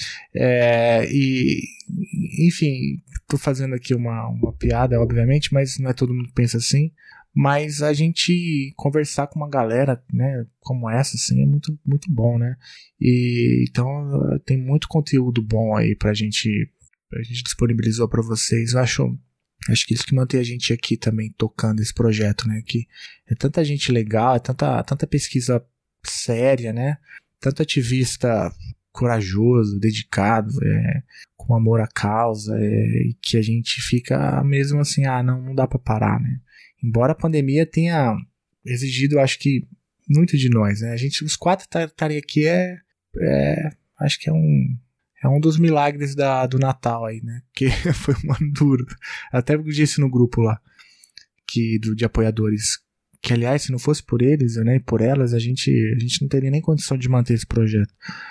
É, e, enfim, tô fazendo aqui uma, uma piada, obviamente, mas não é todo mundo que pensa assim. Mas a gente conversar com uma galera, né, como essa, assim, é muito, muito bom, né? E, então, tem muito conteúdo bom aí pra gente, a gente disponibilizou pra vocês. Eu acho, acho que isso que mantém a gente aqui também tocando esse projeto, né? Que é tanta gente legal, é tanta, tanta pesquisa séria, né? Tanto ativista corajoso, dedicado, é, com amor à causa, é, e que a gente fica mesmo assim, ah, não, não dá pra parar, né? Embora a pandemia tenha exigido, acho que, muito de nós, né? A gente, os quatro estarem aqui é, é, acho que é um, é um dos milagres da, do Natal aí, né? Porque foi um ano duro. Até disse no grupo lá, que, do, de apoiadores, que, aliás, se não fosse por eles, né, e por elas, a gente, a gente não teria nem condição de manter esse projeto.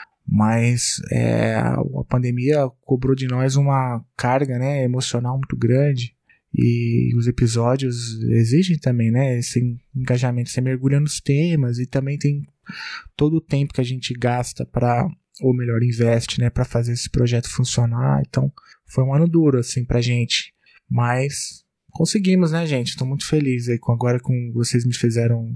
Mas é, a pandemia cobrou de nós uma carga, né, emocional muito grande. E os episódios exigem também, né, esse engajamento. Você mergulha nos temas e também tem todo o tempo que a gente gasta para, ou melhor, investe, né, para fazer esse projeto funcionar. Então, foi um ano duro, assim, pra gente. Mas conseguimos, né, gente? Estou muito feliz aí com agora com vocês me fizeram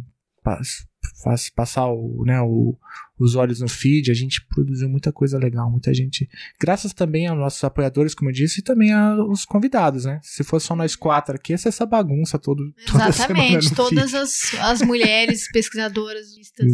faz, passar o, né, o, os olhos no feed. A gente produziu muita coisa legal, muita gente, graças também aos nossos apoiadores, como eu disse, e também aos convidados, né? Se fosse só nós quatro aqui, ia ser essa bagunça todo, toda exatamente, todas feed. as, as mulheres pesquisadoras,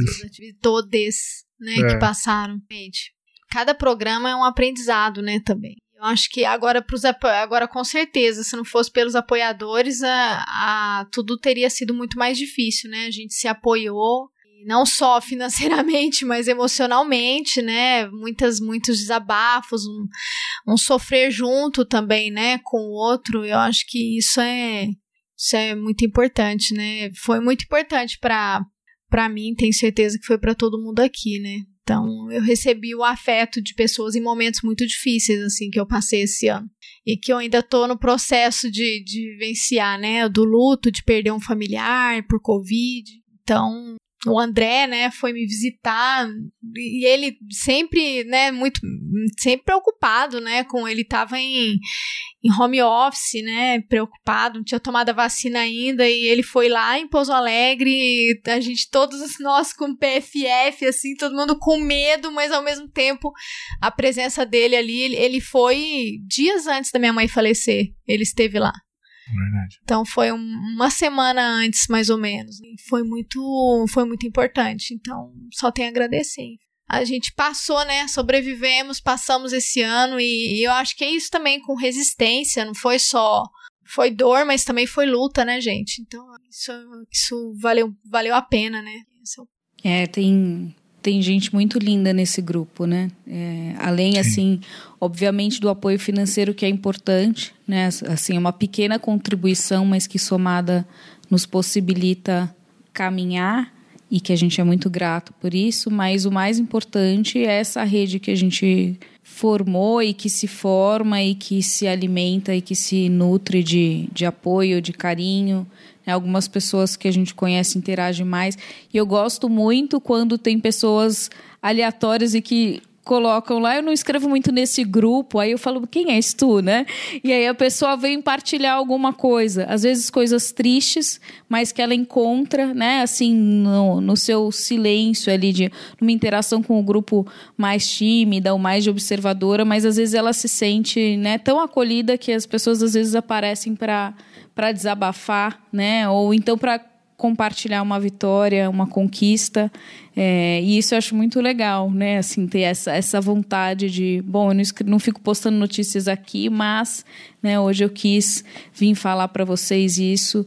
todas, né, é. que passaram. Gente, cada programa é um aprendizado, né, também. Eu acho que agora, pros, agora com certeza, se não fosse pelos apoiadores, a, a, tudo teria sido muito mais difícil, né? A gente se apoiou, não só financeiramente, mas emocionalmente, né? Muitas, muitos desabafos, um, um sofrer junto também, né? Com o outro. Eu acho que isso é, isso é muito importante, né? Foi muito importante para para mim, tenho certeza que foi para todo mundo aqui, né? Então, eu recebi o afeto de pessoas em momentos muito difíceis, assim, que eu passei esse ano. E que eu ainda tô no processo de, de vivenciar, né? Do luto, de perder um familiar por Covid. Então, o André, né, foi me visitar e ele sempre, né, muito, sempre preocupado, né, com ele tava em, em home office, né, preocupado, não tinha tomado a vacina ainda, e ele foi lá em Pouso Alegre, a gente, todos nós com P F F, assim, todo mundo com medo, mas ao mesmo tempo a presença dele ali, ele, ele foi dias antes da minha mãe falecer, ele esteve lá. Verdade. Então foi um, uma semana antes, mais ou menos. E foi muito, foi muito importante. Então, só tenho a agradecer. A gente passou, né? Sobrevivemos, passamos esse ano. E, e eu acho que é isso também, com resistência. Não foi só... Foi dor, mas também foi luta, né, gente? Então, isso, isso valeu, valeu a pena, né? Isso... É, tem... Tem gente muito linda nesse grupo, né? É, além, Sim. assim, obviamente, do apoio financeiro, que é importante, né? Assim, é uma pequena contribuição, mas que somada nos possibilita caminhar e que a gente é muito grato por isso. Mas o mais importante é essa rede que a gente formou e que se forma e que se alimenta e que se nutre de, de apoio, de carinho. Algumas pessoas que a gente conhece interagem mais. E eu gosto muito quando tem pessoas aleatórias e que colocam lá, eu não escrevo muito nesse grupo, aí eu falo, quem és tu, né? E aí a pessoa vem partilhar alguma coisa, às vezes coisas tristes, mas que ela encontra, né, assim, no, no seu silêncio ali, de uma interação com o grupo mais tímida ou mais de observadora, mas às vezes ela se sente, né, tão acolhida que as pessoas às vezes aparecem para para desabafar, né? Ou então para compartilhar uma vitória, uma conquista. É, e isso eu acho muito legal, né? Assim, ter essa, essa vontade de... Bom, eu não, não fico postando notícias aqui, mas, né, hoje eu quis vir falar para vocês isso.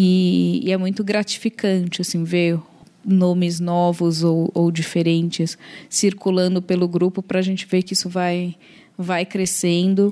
E, e é muito gratificante, assim, ver nomes novos ou, ou diferentes circulando pelo grupo para a gente ver que isso vai, vai crescendo.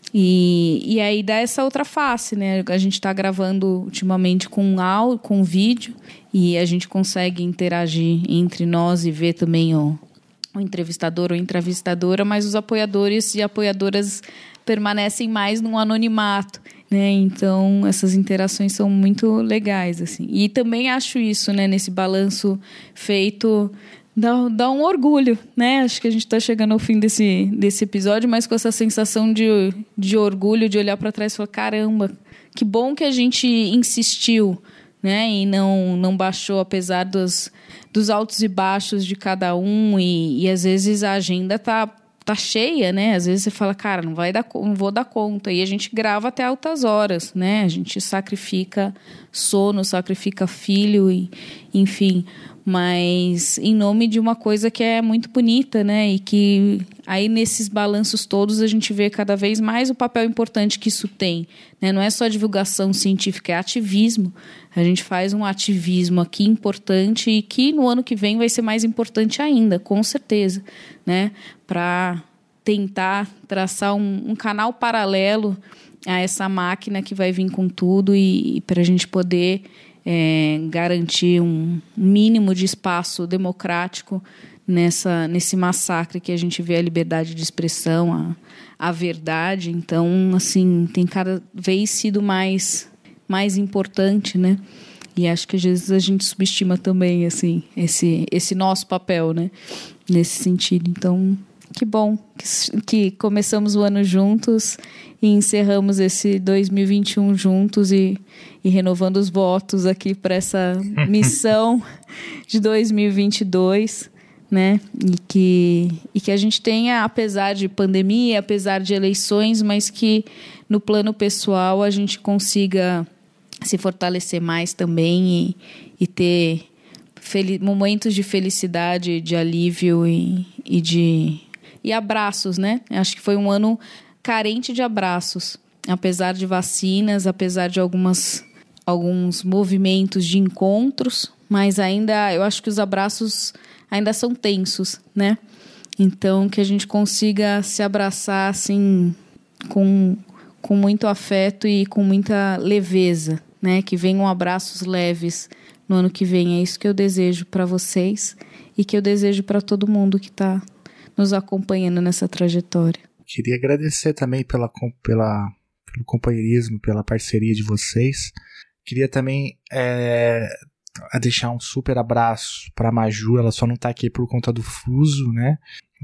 E, e aí dá essa outra face, né? A gente está gravando ultimamente com áudio, com vídeo, e a gente consegue interagir entre nós e ver também o, o entrevistador ou entrevistadora, mas os apoiadores e apoiadoras permanecem mais num anonimato, né? Então, essas interações são muito legais, assim. E também acho isso, né? Nesse balanço feito, dá, dá um orgulho, né? Acho que a gente está chegando ao fim desse, desse episódio, mas com essa sensação de, de orgulho, de olhar para trás e falar, caramba, que bom que a gente insistiu, né? E não, não baixou, apesar dos, dos altos e baixos de cada um. E, e às vezes a agenda tá, tá cheia, né? Às vezes você fala, cara, não, vai dar, não vou dar conta. E a gente grava até altas horas, né? A gente sacrifica sono, sacrifica filho, e, enfim. Mas em nome de uma coisa que é muito bonita, né? E que aí nesses balanços todos a gente vê cada vez mais o papel importante que isso tem, né? Não é só divulgação científica, é ativismo. A gente faz um ativismo aqui importante e que no ano que vem vai ser mais importante ainda, com certeza, né? Para tentar traçar um, um canal paralelo a essa máquina que vai vir com tudo e, e para a gente poder é, garantir um mínimo de espaço democrático nessa, nesse massacre que a gente vê a liberdade de expressão, a, a verdade. Então, assim, tem cada vez sido mais, mais importante, né? E acho que às vezes a gente subestima também, assim, esse, esse nosso papel, né? Nesse sentido. Então, que bom que, que começamos o ano juntos e encerramos esse dois mil e vinte e um juntos e, e renovando os votos aqui para essa missão de dois mil e vinte e dois, né? E que, e que a gente tenha, apesar de pandemia, apesar de eleições, mas que no plano pessoal a gente consiga se fortalecer mais também e, e ter fel- momentos de felicidade, de alívio e, e de e abraços, né? Acho que foi um ano carente de abraços, apesar de vacinas, apesar de algumas, alguns movimentos de encontros, mas ainda eu acho que os abraços ainda são tensos, né? Então, que a gente consiga se abraçar assim com, com muito afeto e com muita leveza, né? Que venham abraços leves no ano que vem. É isso que eu desejo para vocês e que eu desejo para todo mundo que está nos acompanhando nessa trajetória. Queria agradecer também pela, pela, pelo companheirismo, pela parceria de vocês. Queria também é, deixar um super abraço para a Maju. Ela só não está aqui por conta do fuso, né?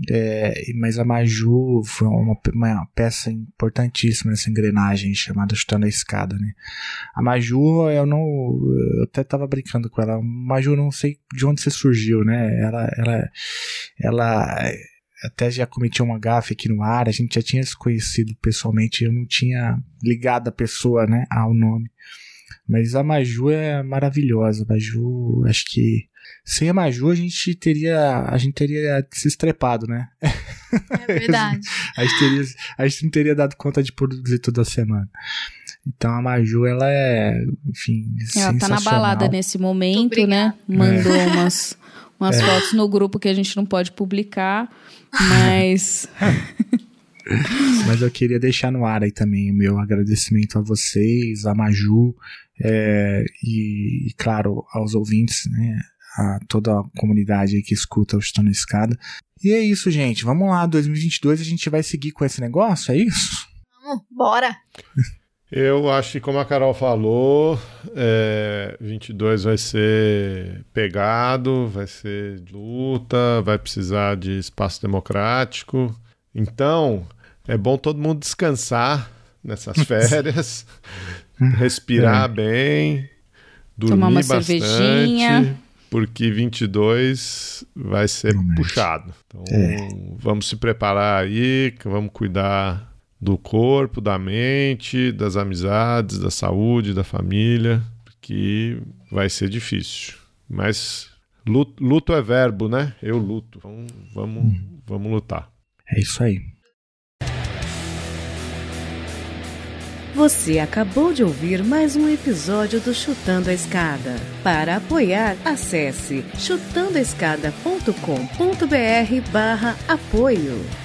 É, mas a Maju foi uma, uma peça importantíssima nessa engrenagem chamada Chutando a Escada, né? A Maju, eu não, eu até tava brincando com ela. Maju, não sei de onde você surgiu, né? Ela, ela, ela até já cometia uma gafe aqui no ar. A gente já tinha se conhecido pessoalmente. Eu não tinha ligado a pessoa, né, ao nome. Mas a Maju é maravilhosa. A Maju, acho que sem a Maju a gente teria, a gente teria se estrepado, né? É verdade. a, gente teria, a gente não teria dado conta de produzir toda semana. Então a Maju, ela é, enfim, ela tá na balada nesse momento, né? Mandou é. umas, umas é. fotos no grupo que a gente não pode publicar, mas... Mas eu queria deixar no ar aí também o meu agradecimento a vocês, a Maju, é, e, e, claro, aos ouvintes, né? A toda a comunidade aí que escuta o Chutando a Escada. E é isso, gente. Vamos lá, dois mil e vinte e dois a gente vai seguir com esse negócio, é isso? Vamos, bora! Eu acho que, como a Carol falou, é, vinte e dois vai ser pegado, vai ser de luta, vai precisar de espaço democrático. Então, é bom todo mundo descansar nessas férias, respirar é. bem, dormir tomar uma bastante, cervejinha. Porque vinte e dois vai ser Realmente. puxado. Então, é. vamos se preparar aí, vamos cuidar do corpo, da mente, das amizades, da saúde, da família, que vai ser difícil. Mas luto, luto é verbo, né? Eu luto. Então, vamos, hum. vamos lutar. É isso aí. Você acabou de ouvir mais um episódio do Chutando a Escada. Para apoiar, acesse chutando a escada ponto com ponto br barra apoio.